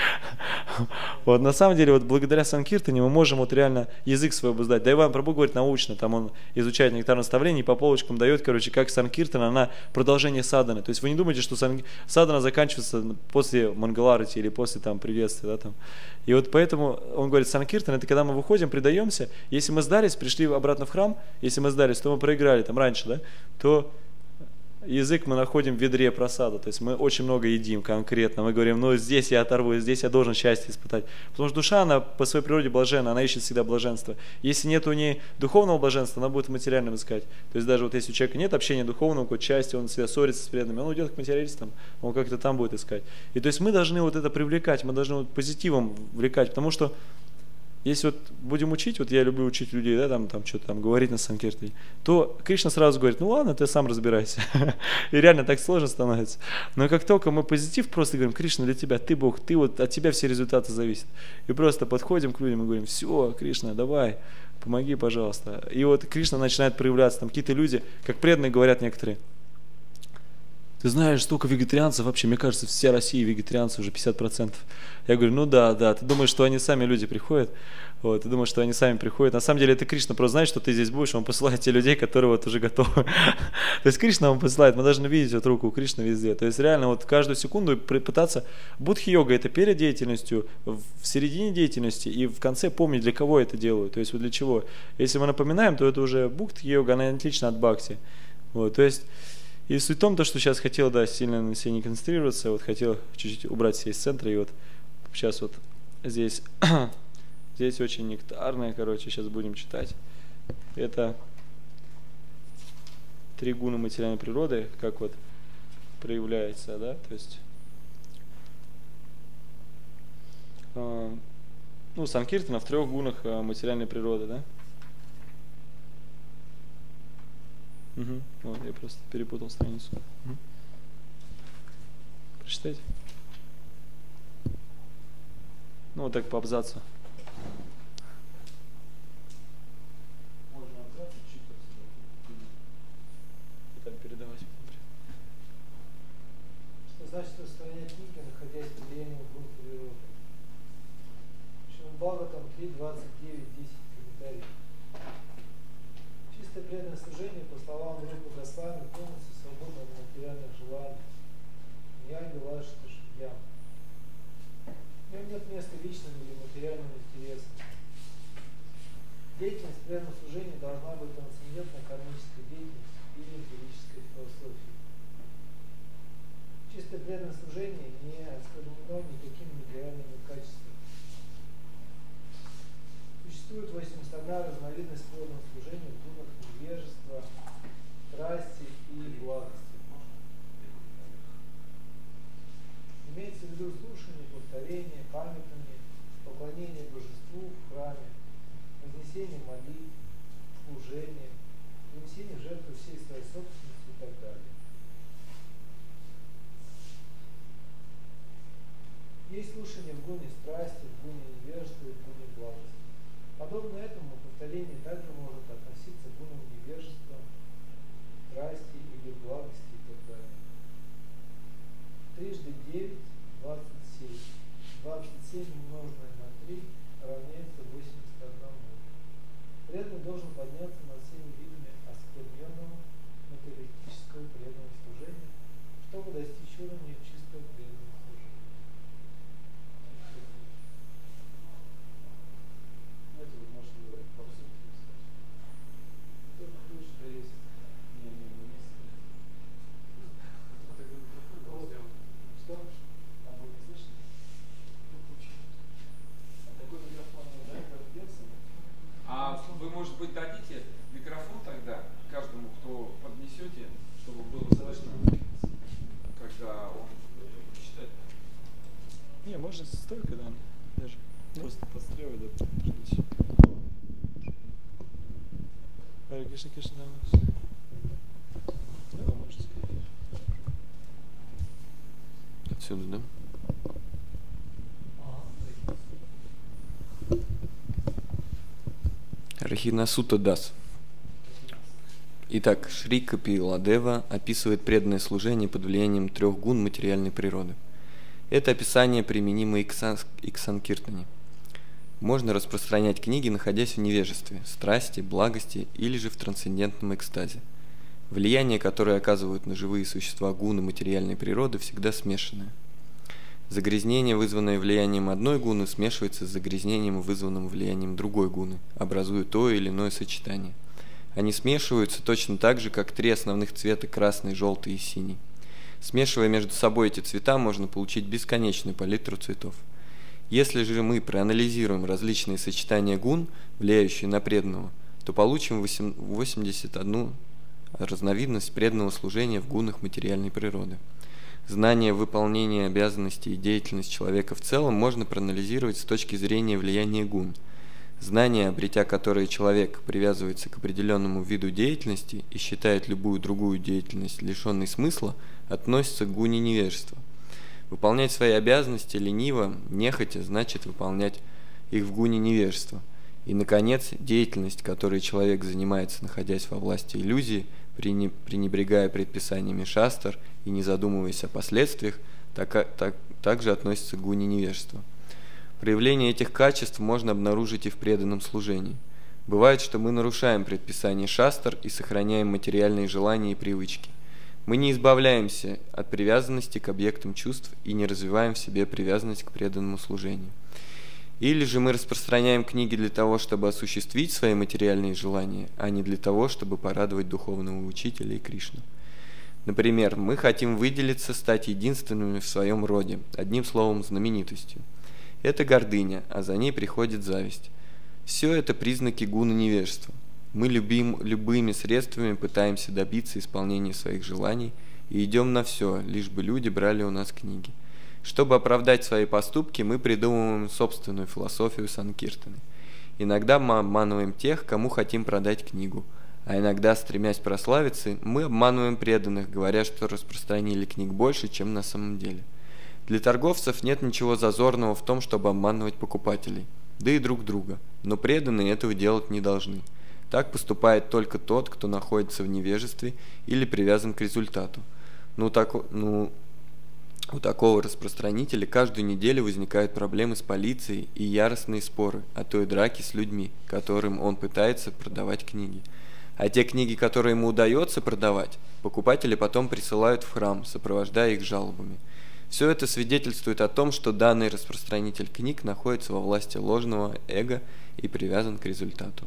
Вот, на самом деле, вот благодаря Санкиртане мы можем вот реально язык свой обуздать. Да и Иван Прабху говорит научно, там он изучает нектар наставлений и по полочкам дает, короче, как Санкиртана, она продолжение садханы. То есть вы не думаете, что садхана заканчивается после Мангаларати или после там приветствия, да, там. И вот поэтому он говорит, Санкиртан, это когда мы выходим, предаемся, если мы сдались, пришли обратно в храм, если мы сдались, то мы проиграли там раньше, да, то язык мы находим в ведре просада, то есть мы очень много едим конкретно, мы говорим, ну здесь я оторву, здесь я должен счастье испытать, потому что душа, она по своей природе блаженна, она ищет всегда блаженство. Если нет у нее духовного блаженства, она будет в материальном искать. То есть даже вот если у человека нет общения духовного, какой-то счастья, он всегда ссорится с преданными, он уйдет к материалистам, он как-то там будет искать. И то есть мы должны вот это привлекать, мы должны вот позитивом влекать, потому что если вот будем учить, вот я люблю учить людей, да, там, там что-то там говорить на Санкиртане, то Кришна сразу говорит, ну ладно, ты сам разбирайся. И реально так сложно становится. Но как только мы позитив просто говорим, Кришна, для тебя, ты Бог, ты вот, от тебя все результаты зависят. И просто подходим к людям и говорим, все, Кришна, давай, помоги, пожалуйста. И вот Кришна начинает проявляться, там какие-то люди, как преданные говорят некоторые, ты знаешь, столько вегетарианцев вообще, мне кажется, вся Россия вегетарианцы уже пятьдесят процентов. Я говорю, ну да, да, ты думаешь, что они сами люди приходят, вот, ты думаешь, что они сами приходят. На самом деле это Кришна просто знает, что ты здесь будешь, он посылает те людей, которые вот уже готовы. То есть Кришна он посылает, мы должны видеть вот руку у Кришны везде. То есть реально вот каждую секунду пытаться, будхи-йога это перед деятельностью, в середине деятельности и в конце помнить, для кого это делаю, то есть вот для чего. Если мы напоминаем, то это уже будхи-йога, она отлична от бхакти. Вот, то есть и суть в том, то, что сейчас хотел, да, сильно на себе не концентрироваться, вот хотел чуть-чуть убрать себя из центра, и вот сейчас вот здесь, здесь очень нектарное, короче, сейчас будем читать. Это три гуна материальной природы, как вот проявляется, да, то есть, э, ну, Санкиртана в трех гунах э, материальной природы, да. Угу. Вот, я просто перепутал страницу. Угу. Прочитайте. Ну, вот так по абзацу.
Можно абзац читать.
И там передавать.
Что значит устранять книги, находясь под влиянием гун природы? Шримад Бхагаватам три, двадцать девять, десять комментариев. Чистое преданное служение, по словам Рупы Госвами, полностью свободно от материальных желаний. Ньяги Лашта Шидьям. В нем нет места личным или материальным интересам. Деятельность преданного служения должна быть трансцендентной кармической деятельностью или эмпирической философией. Чистое преданное служение не осквернено никакими материальными качествами. Существует восемьдесят одна разновидность преданного служения в гунах невежества, страсти и благости. Имеется в виду слушание, повторение, памятование, поклонение божеству в храме, вознесение молитв, служение, принесение в жертву всей своей собственности и так далее. Есть слушание в гуне страсти, в гуне невежества и в гуне благости. Подобно этому повторение также может относиться к гунам невежества, страсти или благости и так далее. Трижды девять, двадцать семь. двадцать семь умноженное на три равняется восемьдесят одному. Преданный должен подняться над всеми видами оскверненного материалистического преданного служения, чтобы достичь уровня чистого преданного служения.
Это вот можно попсу сказать.
Только ключ, что есть.
Не, не, не.
Что?
Там будет не слышно? А такой микрофон, да, как делся?
А вы, может быть, дадите микрофон тогда каждому, кто поднесете, чтобы было слышно, когда он читает?
Не, можно столько, да. Даже просто подстреливать, да. Харе Кришна, Кришна, да. Да, вы можете.
Отсюда, да? Рахина Сута Дас. Итак, Шри Капиладева описывает преданное служение под влиянием трех гун материальной природы. Это описание применимо и к, сан... и к Санкиртане. Можно распространять книги, находясь в невежестве, страсти, благости или же в трансцендентном экстазе. Влияние, которое оказывают на живые существа гуны материальной природы, всегда смешанное. Загрязнение, вызванное влиянием одной гуны, смешивается с загрязнением, вызванным влиянием другой гуны, образуя то или иное сочетание. Они смешиваются точно так же, как три основных цвета – красный, желтый и синий. Смешивая между собой эти цвета, можно получить бесконечную палитру цветов. Если же мы проанализируем различные сочетания гун, влияющие на преданного, то получим восемьдесят одну разновидность преданного служения в гунах материальной природы. Знание, выполнение обязанностей и деятельность человека в целом можно проанализировать с точки зрения влияния гун. Знания, обретя которые человек привязывается к определенному виду деятельности и считает любую другую деятельность лишенной смысла, относятся к гуне невежества. Выполнять свои обязанности лениво, нехотя, значит выполнять их в гуне невежества. И, наконец, деятельность, которой человек занимается, находясь во власти иллюзии, пренебрегая предписаниями шастр и не задумываясь о последствиях, так, так, также относится к гуне невежества. Проявление этих качеств можно обнаружить и в преданном служении. Бывает, что мы нарушаем предписания шастр и сохраняем материальные желания и привычки. Мы не избавляемся от привязанности к объектам чувств и не развиваем в себе привязанность к преданному служению. Или же мы распространяем книги для того, чтобы осуществить свои материальные желания, а не для того, чтобы порадовать духовного учителя и Кришну. Например, мы хотим выделиться, стать единственными в своем роде, одним словом, знаменитостью. Это гордыня, а за ней приходит зависть. Все это признаки гуны невежества. Мы любим, любыми средствами пытаемся добиться исполнения своих желаний и идем на все, лишь бы люди брали у нас книги. Чтобы оправдать свои поступки, мы придумываем собственную философию санкиртаны. Иногда мы обманываем тех, кому хотим продать книгу, а иногда, стремясь прославиться, мы обманываем преданных, говоря, что распространили книг больше, чем на самом деле. Для торговцев нет ничего зазорного в том, чтобы обманывать покупателей, да и друг друга, но преданные этого делать не должны. Так поступает только тот, кто находится в невежестве или привязан к результату. Ну, так, ну, у такого распространителя каждую неделю возникают проблемы с полицией и яростные споры, а то и драки с людьми, которым он пытается продавать книги. А те книги, которые ему удается продавать, покупатели потом присылают в храм, сопровождая их жалобами. Все это свидетельствует о том, что данный распространитель книг находится во власти ложного эго и привязан к результату.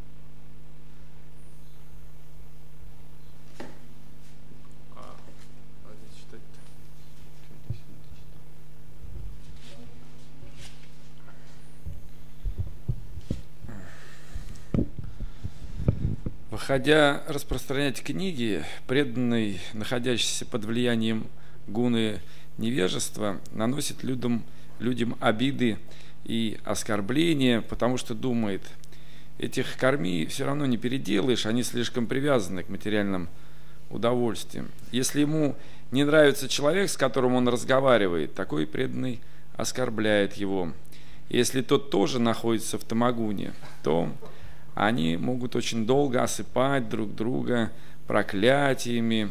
Выходя распространять книги, преданный, находящийся под влиянием гуны невежества, наносит людям, людям обиды и оскорбления, потому что думает, этих корми все равно не переделаешь, они слишком привязаны к материальным удовольствиям. Если ему не нравится человек, с которым он разговаривает, такой преданный оскорбляет его. Если тот тоже находится в тамагуне, то они могут очень долго осыпать друг друга проклятиями.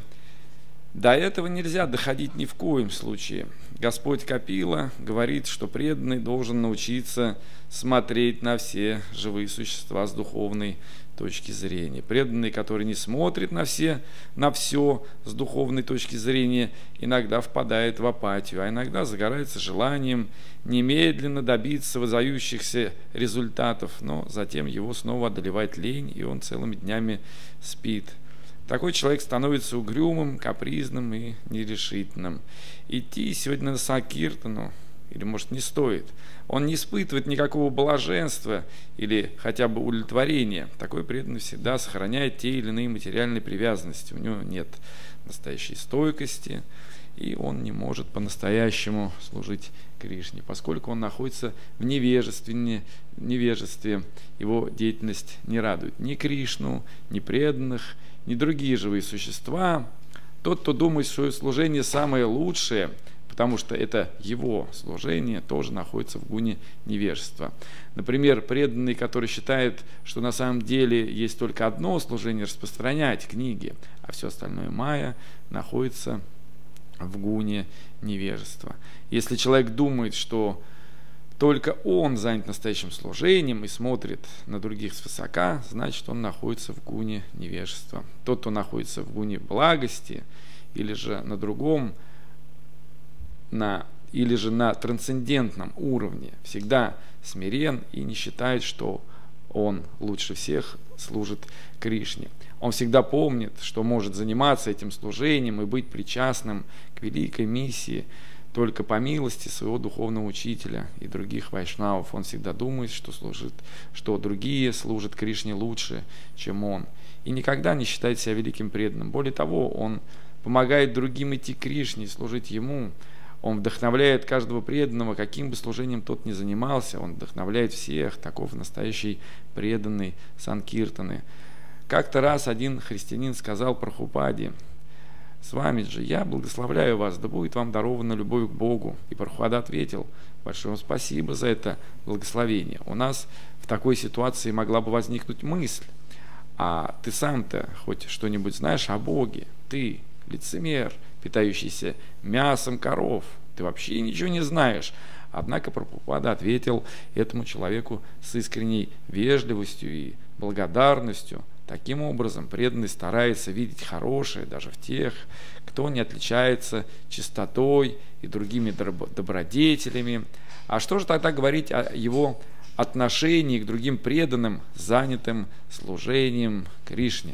До этого нельзя доходить ни в коем случае. Господь Капила говорит, что преданный должен научиться смотреть на все живые существа с духовной точки зрения. Преданный, который не смотрит на все, на все с духовной точки зрения, иногда впадает в апатию, а иногда загорается желанием немедленно добиться выдающихся результатов, но затем его снова одолевает лень, и он целыми днями спит. Такой человек становится угрюмым, капризным и нерешительным. Идти сегодня на Санкиртану, или может не стоит, он не испытывает никакого блаженства или хотя бы удовлетворения. Такой преданный всегда сохраняет те или иные материальные привязанности. У него нет настоящей стойкости, и он не может по-настоящему служить Кришне, поскольку он находится в невежестве, невежестве, его деятельность не радует ни Кришну, ни преданных, ни другие живые существа. Тот, кто думает, что его служение самое лучшее, потому что это его служение, тоже находится в гуне невежества. Например, преданный, который считает, что на самом деле есть только одно служение — распространять книги, а все остальное майя, находится в гуне невежества. Если человек думает, что только он занят настоящим служением и смотрит на других свысока, значит, он находится в гуне невежества. Тот, кто находится в гуне благости, или же на другом, на, или же на трансцендентном уровне, всегда смирен и не считает, что он лучше всех служит Кришне. Он всегда помнит, что может заниматься этим служением и быть причастным к великой миссии только по милости своего духовного учителя и других вайшнавов. Он всегда думает, что, служит, что другие служат Кришне лучше, чем он. И никогда не считает себя великим преданным. Более того, он помогает другим идти к Кришне и служить ему. Он вдохновляет каждого преданного, каким бы служением тот ни занимался, он вдохновляет всех, таков настоящий преданный Санкиртаны. Как-то раз один христианин сказал Прабхупаде: «Свамиджи, я благословляю вас, да будет вам дарована любовь к Богу». И Прабхупада ответил: «Большое вам спасибо за это благословение. У нас в такой ситуации могла бы возникнуть мысль: а ты сам-то хоть что-нибудь знаешь о Боге? Ты лицемер, питающийся мясом коров, ты вообще ничего не знаешь». Однако Прабхупада ответил этому человеку с искренней вежливостью и благодарностью: таким образом, преданный старается видеть хорошее даже в тех, кто не отличается чистотой и другими добродетелями. А что же тогда говорить о его отношении к другим преданным, занятым служением Кришне?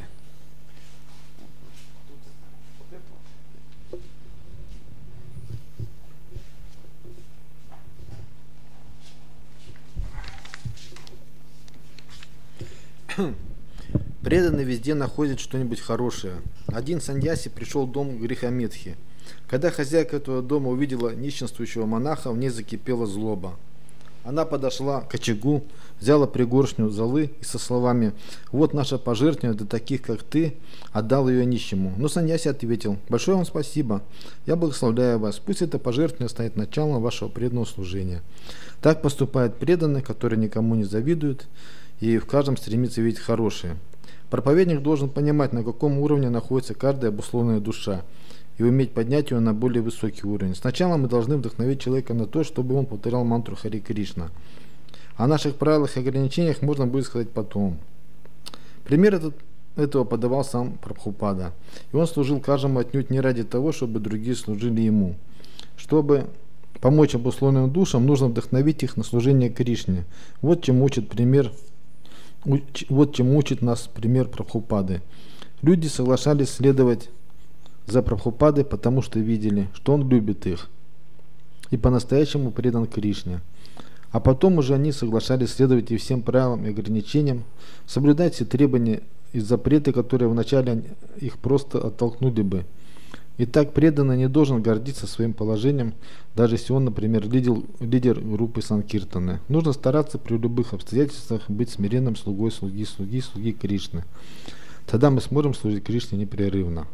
Преданный везде находит что-нибудь хорошее. Один саньяси пришел в дом Грихамедхи. Когда хозяйка этого дома увидела нищенствующего монаха, в ней закипела злоба. Она подошла к очагу, взяла пригоршню золы и со словами: «Вот наше пожертвование для таких, как ты», отдал ее нищему. Но саньяси ответил: «Большое вам спасибо, я благословляю вас, пусть это пожертвование станет началом вашего преданного служения». Так поступает преданный, который никому не завидует и в каждом стремится видеть хорошее. Проповедник должен понимать, на каком уровне находится каждая обусловленная душа, и уметь поднять ее на более высокий уровень. Сначала мы должны вдохновить человека на то, чтобы он повторял мантру Хари Кришна. О наших правилах и ограничениях можно будет сказать потом. Пример этот, этого подавал сам Прабхупада. И он служил каждому отнюдь не ради того, чтобы другие служили ему. Чтобы помочь обусловленным душам, нужно вдохновить их на служение Кришне. Вот чему учит пример Вот чему учит нас пример Прабхупады. Люди соглашались следовать за Прабхупадой, потому что видели, что он любит их и по-настоящему предан Кришне. А потом уже они соглашались следовать и всем правилам и ограничениям, соблюдать все требования и запреты, которые вначале их просто оттолкнули бы. Итак, преданный не должен гордиться своим положением, даже если он, например, лидер, лидер группы Санкиртаны. Нужно стараться при любых обстоятельствах быть смиренным слугой слуги, слуги, слуги Кришны. Тогда мы сможем служить Кришне непрерывно.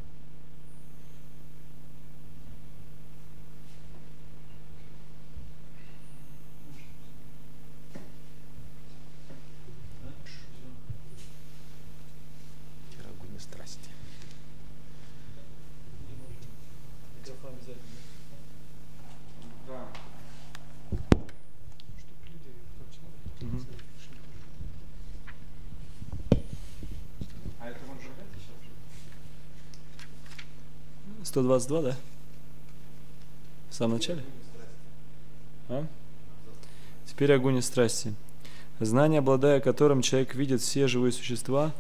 сто двадцать два, да? В самом начале? А? Теперь огонь и страсти. Знание, обладая которым человек видит все живые существа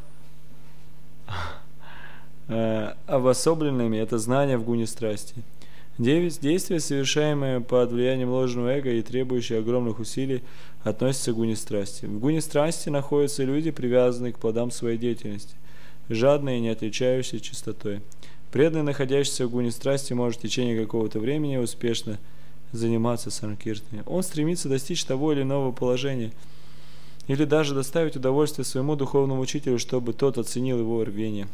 э, обособленными, это знание в гуне страсти. Действия, совершаемые под влиянием ложного эго и требующие огромных усилий, относятся к гуне страсти. В гуне страсти находятся люди, привязанные к плодам своей деятельности, жадные и не отличающиеся чистотой. Преданный, находящийся в гуне страсти, может в течение какого-то времени успешно заниматься санкиртаной. Он стремится достичь того или иного положения, или даже доставить удовольствие своему духовному учителю, чтобы тот оценил его рвение.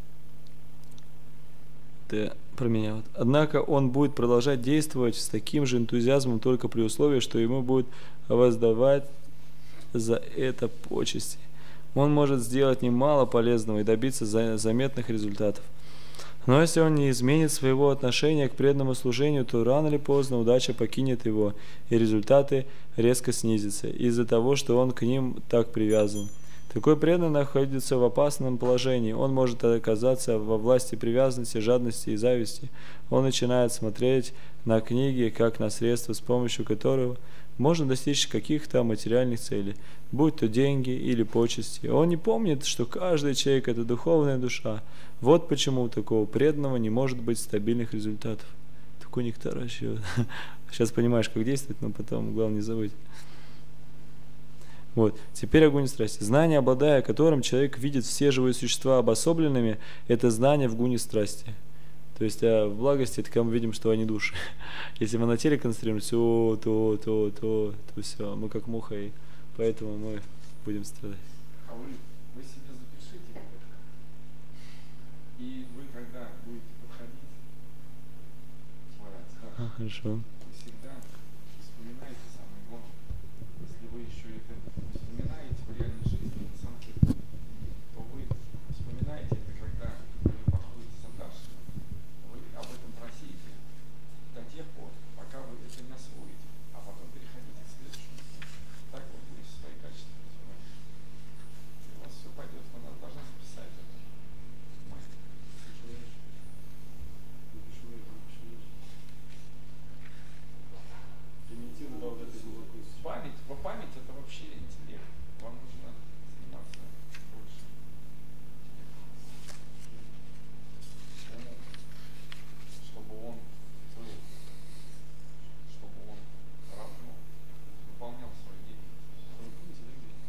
Это про меня вот. Однако он будет продолжать действовать с таким же энтузиазмом только при условии, что ему будет воздавать за это почести. Он может сделать немало полезного и добиться заметных результатов. Но если он не изменит своего отношения к преданному служению, то рано или поздно удача покинет его, и результаты резко снизятся из-за того, что он к ним так привязан. Такой преданный находится в опасном положении. Он может оказаться во власти привязанности, жадности и зависти. Он начинает смотреть на книги как на средство, с помощью которого можно достичь каких-то материальных целей, будь то деньги или почести. Он не помнит, что каждый человек – это духовная душа. Вот почему у такого преданного не может быть стабильных результатов. Такой нектар вообще. Сейчас понимаешь, как действовать, но потом главное не забыть. Вот. Теперь огонь страсти. Знание, обладая которым человек видит все живые существа обособленными, это знание в гуне страсти. То есть а в благости, это когда мы видим, что они души. Если мы на теле концентрируемся, то, то, то, то, то все, мы как муха, и поэтому мы будем страдать.
А вы, вы себе запишите, и вы, когда будете подходить,
а, хорошо.
вы всегда вспоминаете самое главное. Если вы еще это вспоминаете в реальной жизни, на самом деле, то вы вспоминаете это, когда вы подходите с Сандаши. Вы об этом просите до тех пор, пока вы это не освоите, а потом переходите к следующему. Так вы будете свои качества развивать. И у вас все пойдет, но надо должна записать это. Память, по память это вообще интеллект. Вам нужно заниматься больше умом, чтобы он был, чтобы он равно выполнял свою деятельность.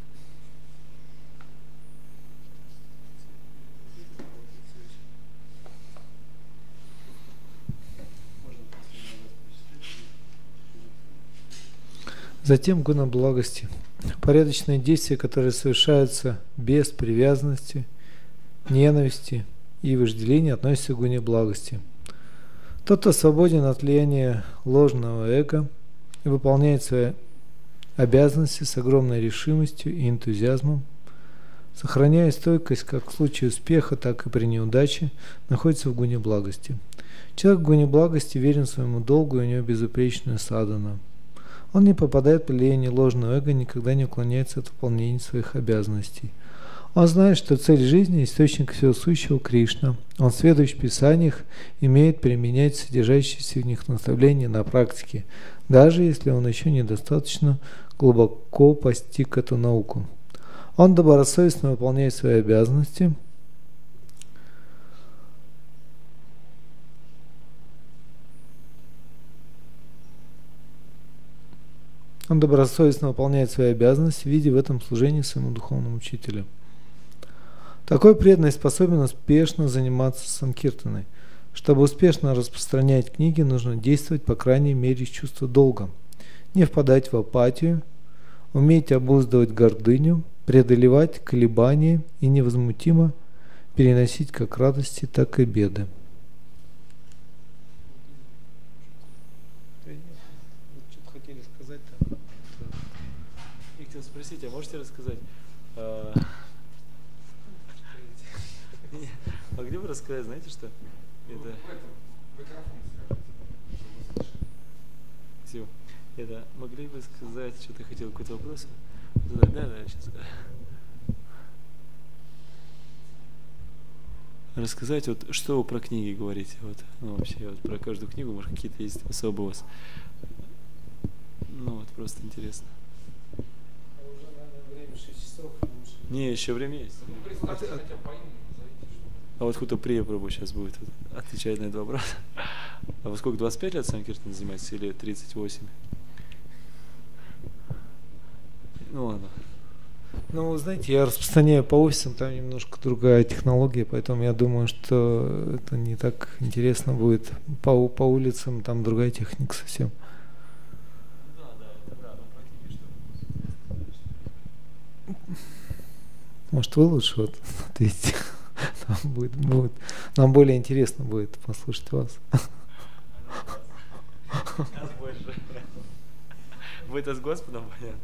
Затем гуна благости. Порядочные действия, которые совершаются без привязанности, ненависти и вожделения, относятся к гуне благости. Тот, кто свободен от влияния ложного эго и выполняет свои обязанности с огромной решимостью и энтузиазмом, сохраняя стойкость как в случае успеха, так и при неудаче, находится в гуне благости. Человек в гуне благости верен своему долгу, и у него безупречная садхана. Он не попадает под влияние ложного эго, никогда не уклоняется от выполнения своих обязанностей. Он знает, что цель жизни – источник всего сущего Кришна. Он, сведущ в Писаниях, имеет применять содержащиеся в них наставления на практике, даже если он еще недостаточно глубоко постиг эту науку. Он добросовестно выполняет свои обязанности, Он добросовестно выполняет свои обязанности, видя в этом служение своему духовному учителю. Такой преданный способен успешно заниматься санкиртаной. Чтобы успешно распространять книги, нужно действовать, по крайней мере, из чувства долга, не впадать в апатию, уметь обуздывать гордыню, преодолевать колебания и невозмутимо переносить как радости, так и беды.
Спросите, а можете рассказать? А... Могли бы рассказать, знаете что? Это... Все. Это могли бы сказать, что ты хотел, какой-то вопрос? Да, да, да, сейчас. Рассказать, вот что вы про книги говорите, вот, ну вообще вот про каждую книгу, может какие-то есть особые у вас. Ну вот просто интересно. Не, еще время есть. Ну, а, а, а вот Хута Прия Прабху сейчас будет вот, отвечать на этот вопрос. А вы сколько, двадцать пять лет санкиртаном занимаетесь или тридцать восемь? Ну ладно.
Ну, знаете, я распространяю по офисам, там немножко другая технология, поэтому я думаю, что это не так интересно будет. По, по улицам там другая техника совсем. Может, вы лучше вот ответите. Нам, будет, будет, нам более интересно будет послушать вас.
Вы-то с Господом, понятно?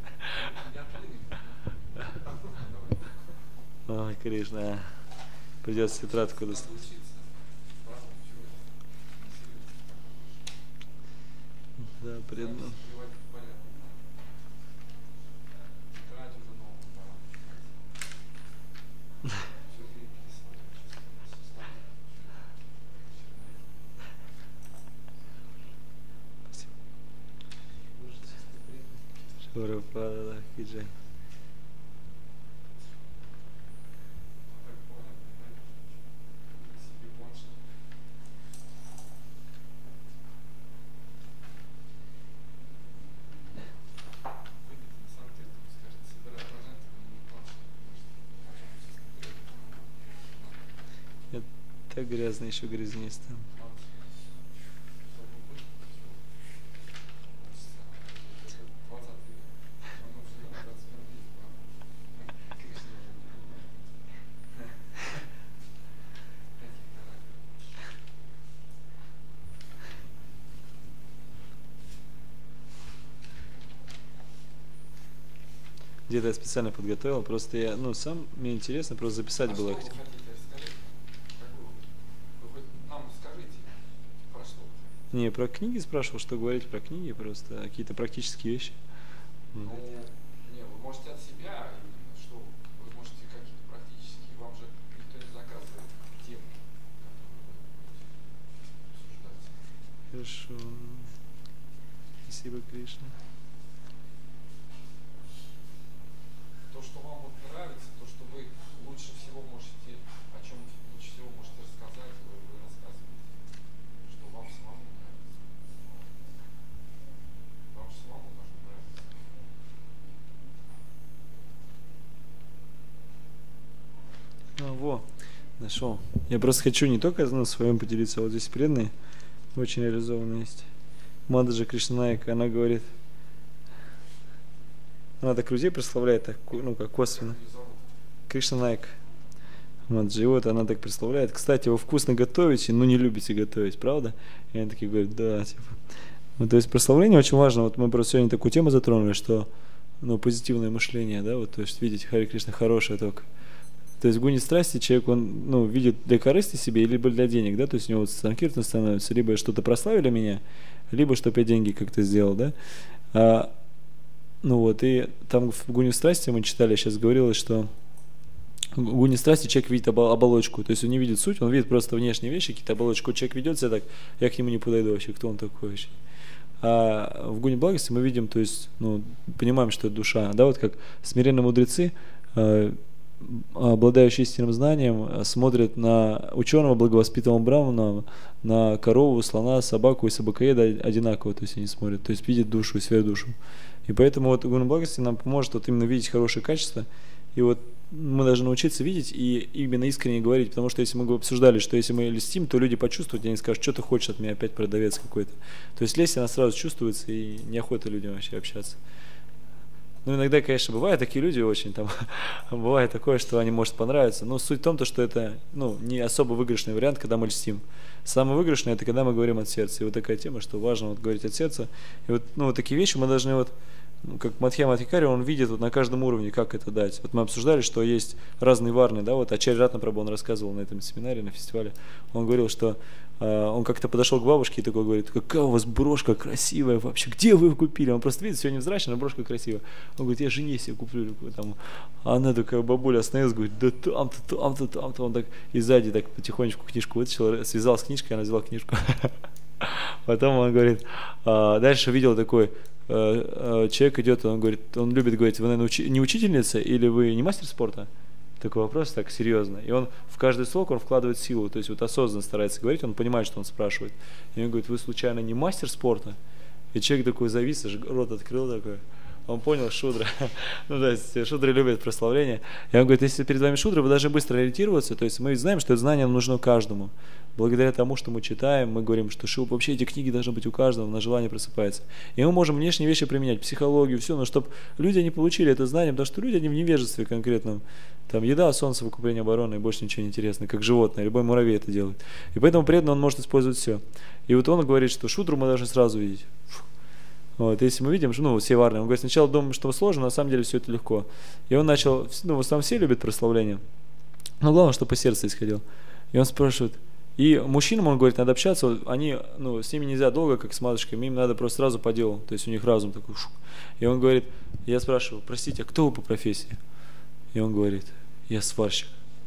Ой, Кришна, придется тетрадку достать. Да, преданно. Шурапада, Киджай. Так грязно, еще грязнее стало. где-то я специально подготовил, просто я, ну, сам, мне интересно, просто записать
А
было.
что вы хотите рассказать? Какую? Вы хоть нам скажите, про что вы хотите?
Не, про книги спрашивал, что говорить про книги, просто какие-то практические вещи.
Ну, не, вы можете от себя, именно, что вы можете какие-то практические, вам же никто не заказывает темы, которые вы будете обсуждать.
Хорошо. Спасибо, Кришна.
То, что вам вот нравится, то, что вы лучше всего можете, о чем лучше всего можете рассказать, вы, вы рассказываете, что вам самому нравится. Вам же самому должно нравиться.
А, во, нашел. Я просто хочу не только ну, своем поделиться, а вот здесь преданные, очень реализованные есть. Мададжи Кришнанайка, она говорит, она так людей прославляет, так, ну, как косвенно. Кришнанайка. Мададжи, вот она так прославляет. Кстати, вы вкусно готовите, но не любите готовить, правда? И они такие говорят, да, типа. Ну, то есть прославление очень важно. Вот мы просто сегодня такую тему затронули, что ну, позитивное мышление, да, вот, то есть видеть Хари Кришна хорошее только. То есть в гуне страсти человек, он, ну, видит для корысти себе, либо для денег, да, то есть у него вот санкиртан становится, либо что-то прославили меня, либо чтобы я деньги как-то сделал, да. А, ну вот, и там в гуне страсти мы читали, сейчас говорилось, что в гуне страсти человек видит оболочку, то есть он не видит суть, он видит просто внешние вещи, какие-то оболочку, человек ведет себя так, я к нему не подойду вообще, кто он такой вообще. А в гуне благости мы видим, то есть, ну, понимаем, что это душа, да, вот как смиренные мудрецы, обладающие истинным знанием, смотрят на ученого, благовоспитанного брамана, на корову, слона, собаку и собакоеда одинаково, то есть они смотрят, то есть видят душу и свою душу. И поэтому вот гуна благости нам поможет вот именно видеть хорошие качества, и вот мы должны научиться видеть и именно искренне говорить, потому что если мы обсуждали, что если мы льстим, то люди почувствуют, и они скажут, что ты хочешь от меня, опять продавец какой-то. То есть лесть, она сразу чувствуется, и неохота людям вообще общаться. Ну, иногда, конечно, бывают такие люди очень, там, бывает такое, что они может понравиться, но суть в том, что это, ну, не особо выигрышный вариант, когда мы льстим. Самый выигрышный – это когда мы говорим от сердца. И вот такая тема, что важно вот говорить от сердца. И вот, ну, вот такие вещи мы должны вот, ну, как Мадхьяма Адхикари, он видит вот на каждом уровне, как это дать. Вот мы обсуждали, что есть разные варны, да, вот Ачарья Ратнапрабху, он рассказывал на этом семинаре, на фестивале, он говорил, что э, он как-то подошел к бабушке и такой говорит, какая у вас брошка красивая вообще, где вы ее купили? Он просто видит, все невзрачно, но брошка красивая. Он говорит, я жене себе куплю. Там. А она такая, бабуля остановилась, говорит, да там-то, там-то, там-то. Он так и сзади так потихонечку книжку вытащил, связал с книжкой, она взяла книжку. Потом он говорит, дальше видел такой, человек идет, он говорит, он любит говорить, вы, наверное, учи, не учительница или вы не мастер спорта? Такой вопрос, так серьезно. И он в каждый слог он вкладывает силу, то есть вот осознанно старается говорить, он понимает, что он спрашивает. И он говорит, вы случайно не мастер спорта? И человек такой завис, рот открыл такой. Он понял, шудра. Ну, то есть шудры любят прославление. И он говорит, если перед вами шудры, вы должны быстро ориентироваться. То есть мы знаем, что это знание нужно каждому. Благодаря тому, что мы читаем, мы говорим, что шил, вообще эти книги должны быть у каждого, на желание просыпается. И мы можем внешние вещи применять, психологию, все, но чтобы люди не получили это знание, потому что люди, они в невежестве конкретном. Там еда, солнце, выкупление обороны, и больше ничего не интересно, как животное, любой муравей это делает. И поэтому преданно он может использовать все. И вот он говорит, что шудру мы должны сразу видеть. Вот, если мы видим, что, ну, все варные, он говорит, сначала думаем, что сложно, на самом деле все это легко. И он начал, ну, в основном все любят прославление, но главное, чтобы по сердцу исходил. И он спрашивает, и мужчинам, он говорит, надо общаться, они, ну, с ними нельзя долго, как с матушками, им надо просто сразу по делу, то есть у них разум такой, шук. И он говорит, я спрашиваю, простите, а кто вы по профессии? И он говорит, я сварщик.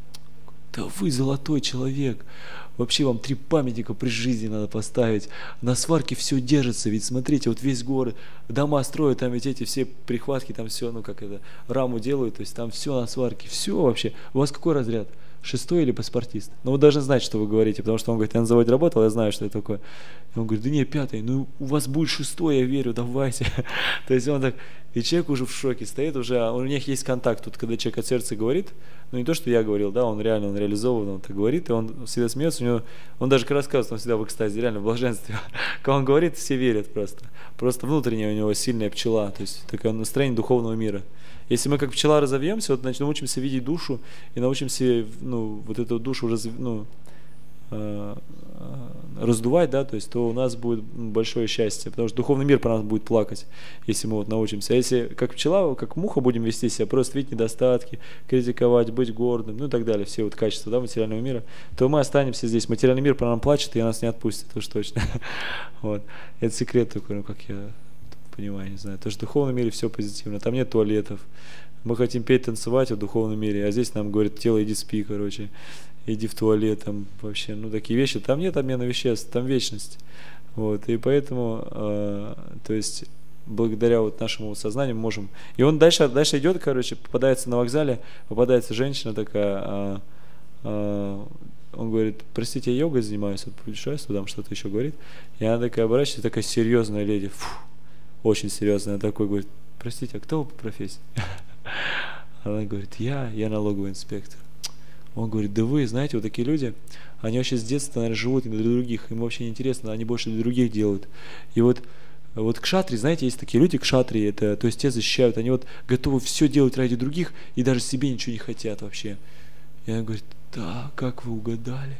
Да вы золотой человек. Вообще вам три памятника при жизни надо поставить. На сварке все держится. Ведь смотрите, вот весь город, дома строят, там ведь эти все прихватки, там все, ну как это, раму делают, то есть там все на сварке. Все вообще. У вас какой разряд? Шестой или паспортист? Ну вы должны знать, что вы говорите, потому что он говорит, я на заводе работал, я знаю, что это такое. И он говорит, да не, пятый, ну у вас будет шестой, я верю, давайте. То есть он так, и человек уже в шоке стоит, уже, у них есть контакт, тут, когда человек от сердца говорит, ну не то, что я говорил, да, он реально, он реализован, он так говорит, и он всегда смеется, у него, он даже рассказывает, он всегда в экстазе, реально в блаженстве. Когда он говорит, все верят просто. Просто внутренняя у него сильная пчела, то есть такое настроение духовного мира. Если мы как пчела разовьемся, вот, значит, научимся видеть душу и научимся, ну, вот эту душу, ну, э, раздувать, да, то есть, то у нас будет большое счастье, потому что духовный мир про нас будет плакать, если мы вот научимся. А если как пчела, как муха будем вести себя, просто видеть недостатки, критиковать, быть гордым, ну и так далее, все вот качества, да, материального мира, то мы останемся здесь. Материальный мир про нас плачет, и нас не отпустит, это уж точно. Вот. Это секрет такой, ну, как я понимаю, не знаю. То, что в духовном мире все позитивно, там нет туалетов. Мы хотим петь, танцевать в духовном мире, а здесь нам говорят, тело, иди спи, короче. Иди в туалет, там вообще, ну такие вещи, там нет обмена веществ, там вечность. Вот, и поэтому, э, то есть, благодаря вот нашему сознанию мы можем. И он дальше, дальше идет, короче, попадается на вокзале, попадается женщина такая, э, э, он говорит, простите, я йогой занимаюсь, вот путешествую, там что-то еще говорит. И она такая оборачивается, такая серьезная леди, фу, очень серьезная, такой говорит, простите, а кто вы по профессии? Она говорит, я, я налоговый инспектор. Он говорит, да вы, знаете, вот такие люди, они вообще с детства, наверное, живут не для других, им вообще не интересно, они больше для других делают. И вот, вот кшатри, знаете, есть такие люди, кшатри, это, то есть те защищают, они вот готовы все делать ради других и даже себе ничего не хотят вообще. И она говорит, да, как вы угадали?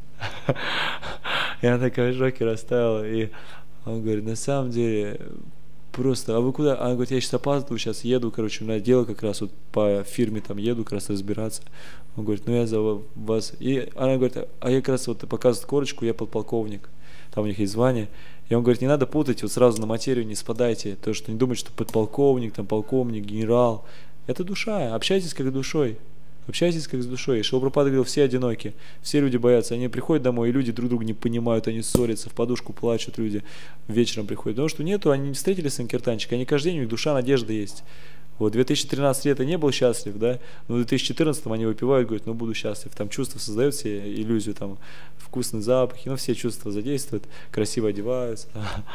И она такая в шоке растаяла, и он говорит, на самом деле... Просто, а вы куда? Она говорит, я сейчас опаздываю, сейчас еду, короче, у меня дело как раз вот по фирме там еду, как раз разбираться. Он говорит, ну я за вас. И она говорит, а я как раз вот показывает корочку, я подполковник, там у них есть звание. И он говорит, не надо путать, вот сразу на материю не спадайте, то что не думать, что подполковник, там полковник, генерал. Это душа, общайтесь как с душой. Общайтесь как с душой. Шрила Прабхупада говорил, все одиноки, все люди боятся. Они приходят домой, и люди друг друга не понимают, они ссорятся, в подушку плачут люди, вечером приходят. Потому что нету, они не встретили санкиртанчика, они каждый день, у них душа, надежда есть. Вот, две тысячи тринадцатый лет я не был счастлив, да, но в две тысячи четырнадцатом они выпивают, говорят, ну буду счастлив. Там чувства создают себе иллюзию, там вкусные запахи, ну все чувства задействуют, красиво одеваются,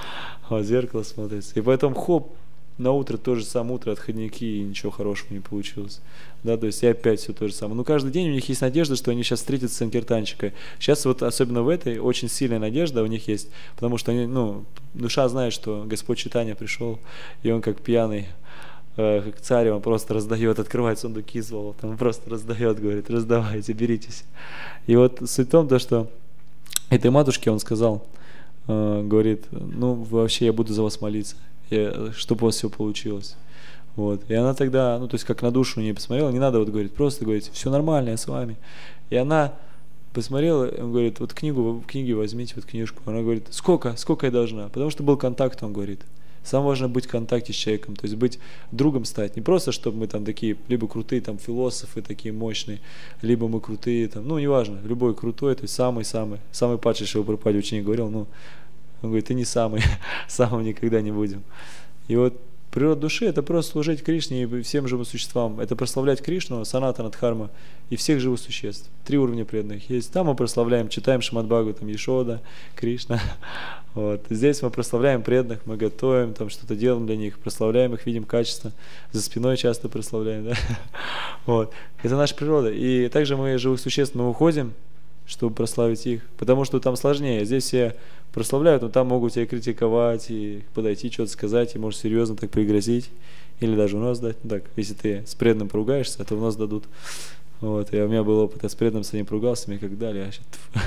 в зеркало смотрятся. И поэтому хоп, на утро то же самое, утро отходники, и ничего хорошего не получилось. Да, то есть и опять все то же самое. Но каждый день у них есть надежда, что они сейчас встретятся с санкиртанчикой. Сейчас вот особенно в этой очень сильная надежда у них есть, потому что они, ну, душа знает, что Господь Чайтанья пришел, и он как пьяный, э, как царь, он просто раздает, открывает сундуки золота, он просто раздает, говорит, раздавайте, беритесь. И вот суть в том, то, что этой матушке он сказал, э, говорит, ну вообще я буду за вас молиться, чтобы у вас все получилось. Вот. И она тогда, ну, то есть как на душу не посмотрела, не надо вот говорить, просто говорить, все нормально, я с вами. И она посмотрела, он говорит, вот книгу, книги возьмите, вот книжку. Она говорит, сколько, сколько я должна? Потому что был контакт, он говорит. Самое важное быть в контакте с человеком, то есть быть другом стать. Не просто, чтобы мы там такие, либо крутые там философы такие мощные, либо мы крутые там, ну, неважно, любой крутой, то есть самый-самый, самый падший Шрила Прабхупада ученик говорил, ну, он говорит, ты не самый, самым никогда не будем. И вот природа души – это просто служить Кришне и всем живым существам. Это прославлять Кришну, Санатана Дхарма и всех живых существ. Три уровня преданных есть. Там мы прославляем, читаем Шримад Бхагаватам, Яшода, Кришна. Вот. Здесь мы прославляем преданных, мы готовим, там что-то делаем для них, прославляем их, видим качество. За спиной часто прославляем. Да? Вот. Это наша природа. И также мы живых существ мы уходим, чтобы прославить их, потому что там сложнее. Здесь все прославляют, но там могут тебя критиковать и подойти, что-то сказать, и может серьезно так пригрозить, или даже у нас дать. Ну, так, если ты с преданным поругаешься, то у нас дадут. Вот. И у меня был опыт, я с преданным с ним поругался, мне как дали, а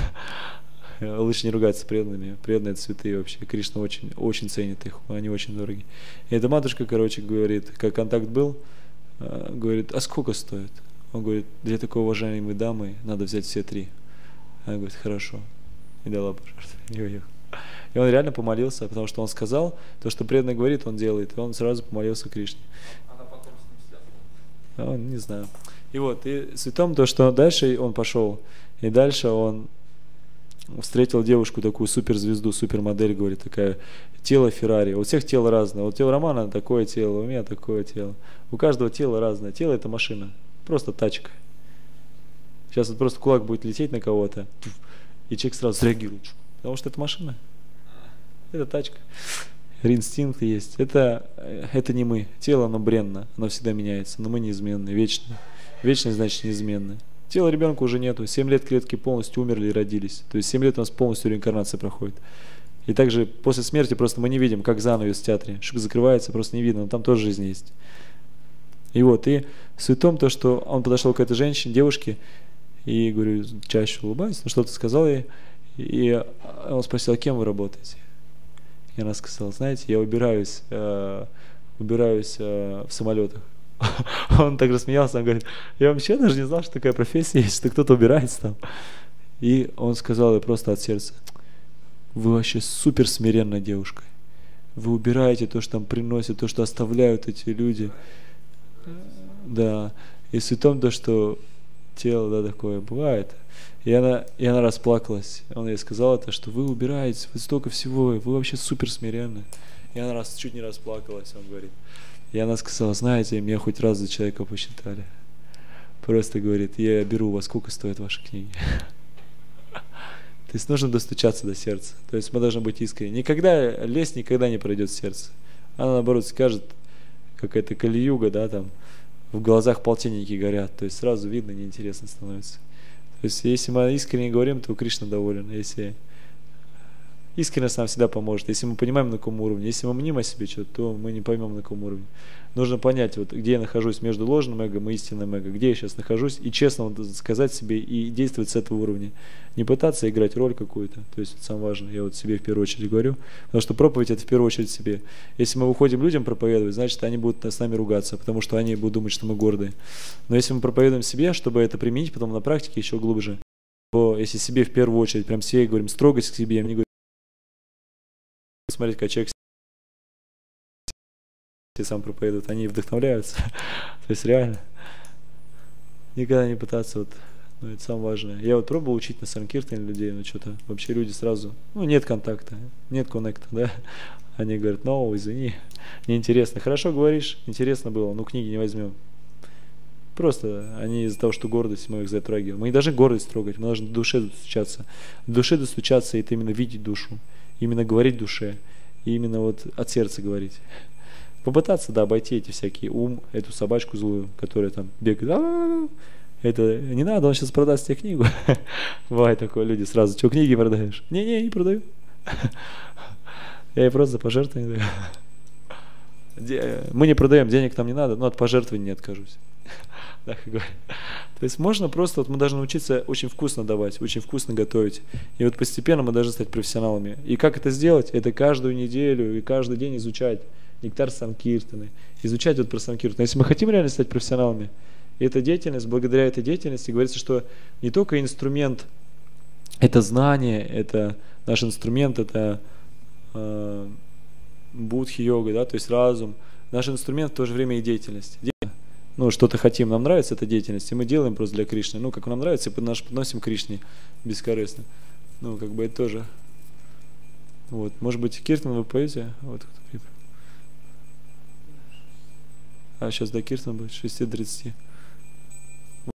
сейчас лучше не ругаться с преданными. Преданные цветы вообще. Кришна очень, очень ценит их, они очень дороги. И эта матушка, короче, говорит, как контакт был, говорит, а сколько стоит? Он говорит, для такой уважаемой дамы надо взять все три. Она говорит, хорошо. И дала пожертвование, и уехал. И он реально помолился, потому что он сказал, то, что преданный говорит, он делает. И он сразу помолился Кришне.
Она потом с ним связана?
Он, не знаю. И вот, и суть в том, то, что дальше он пошел. И дальше он встретил девушку, такую суперзвезду, супермодель, говорит, такая, тело Феррари. У всех тело разное. Вот тело Романа такое тело, у меня такое тело. У каждого тело разное. Тело – это машина, просто тачка. Сейчас вот просто кулак будет лететь на кого-то, и человек сразу среагирует. Потому что это машина. Это тачка. Инстинкт есть. Это, это не мы. Тело, оно бренно. Оно всегда меняется. Но мы неизменны, вечны. Вечность значит неизменны. Тела ребенка уже нету. семь лет клетки полностью умерли и родились. То есть семь лет у нас полностью реинкарнация проходит. И также после смерти просто мы не видим, как занавес в театре. Шик закрывается, просто не видно. Но там тоже жизнь есть. И вот. И суть в том, то, что он подошел к этой женщине, девушке, И говорю, чаще улыбаюсь, ну что-то сказал ей. И он спросил, а кем вы работаете? И она сказала, знаете, я убираюсь, э, убираюсь э, в самолетах. Он так рассмеялся, он говорит, я вообще даже не знал, что такая профессия есть, что кто-то убирается там. И он сказал ей просто от сердца, вы вообще супер смиренная девушка. Вы убираете то, что там приносят, то, что оставляют эти люди. Да. И суть в том, то, что тело, да, такое бывает. И она, и она расплакалась. Он ей сказал это, что вы убираете, вы столько всего, вы вообще супер смиренны. И она раз, чуть не расплакалась, он говорит. И она сказала, знаете, меня хоть раз за человека посчитали. Просто говорит, я беру у вас, сколько стоят ваши книги. То есть нужно достучаться до сердца. То есть мы должны быть искренни. Никогда, лесть никогда не пройдет в сердце. Она, наоборот, скажет, какая-то калиюга, да, там, в глазах полтинники горят. То есть сразу видно, неинтересно становится. То есть если мы искренне говорим, то Кришна доволен. Если искренность нам всегда поможет. Если мы понимаем, на каком уровне. Если мы мним о себе что-то, то мы не поймем, на каком уровне. Нужно понять, вот, где я нахожусь между ложным эго и истинным эго, где я сейчас нахожусь, и честно вот, сказать себе и действовать с этого уровня. Не пытаться играть роль какую-то. То есть это самое важное. Я вот себе в первую очередь говорю. Потому что проповедь это в первую очередь себе. Если мы выходим людям проповедовать, значит они будут с нами ругаться, потому что они будут думать, что мы гордые. Но если мы проповедуем себе, чтобы это применить потом на практике еще глубже, то если себе в первую очередь, прям себе говорим, строгость к себе, мне говорят, смотреть, как человек сам проповедует, они вдохновляются. То есть реально никогда не пытаться, вот, ну это самое важное. Я вот пробовал учить на санкиртане людей, но что-то вообще люди сразу, ну нет контакта, нет коннекта, да. Они говорят, ну извини, неинтересно. Хорошо говоришь, интересно было, но книги не возьмем. Просто они из-за того, что гордость, мы их затрагиваем. Мы не должны гордость трогать, мы должны до души достучаться. До души достучаться, это именно видеть душу, именно говорить душе, и именно вот от сердца говорить. Попытаться, да, обойти эти всякие ум, эту собачку злую, которая там бегает. А-а-а! Это не надо, он сейчас продаст тебе книгу. Бывает такое, люди сразу, что книги продаешь? Не-не, не продаю. Я ей просто за пожертвование даю. Мы не продаем, денег там не надо, но от пожертвований не откажусь. Так и говорю. То есть можно просто, вот мы должны научиться очень вкусно давать, очень вкусно готовить. И вот постепенно мы должны стать профессионалами. И как это сделать? Это каждую неделю и каждый день изучать нектар санкиртаны, изучать вот про санкиртану. Если мы хотим реально стать профессионалами, эта деятельность, благодаря этой деятельности, говорится, что не только инструмент, это знание, это наш инструмент, это э, будхи-йога, да, то есть разум. Наш инструмент в то же время и деятельность. Ну, что-то хотим, нам нравится эта деятельность, и мы делаем просто для Кришны. Ну, как нам нравится, и наш подносим Кришне бескорыстно. Ну, как бы это тоже. Вот, может быть, киртан вы поете? Вот. А сейчас до киртана будет с шести до тридцати.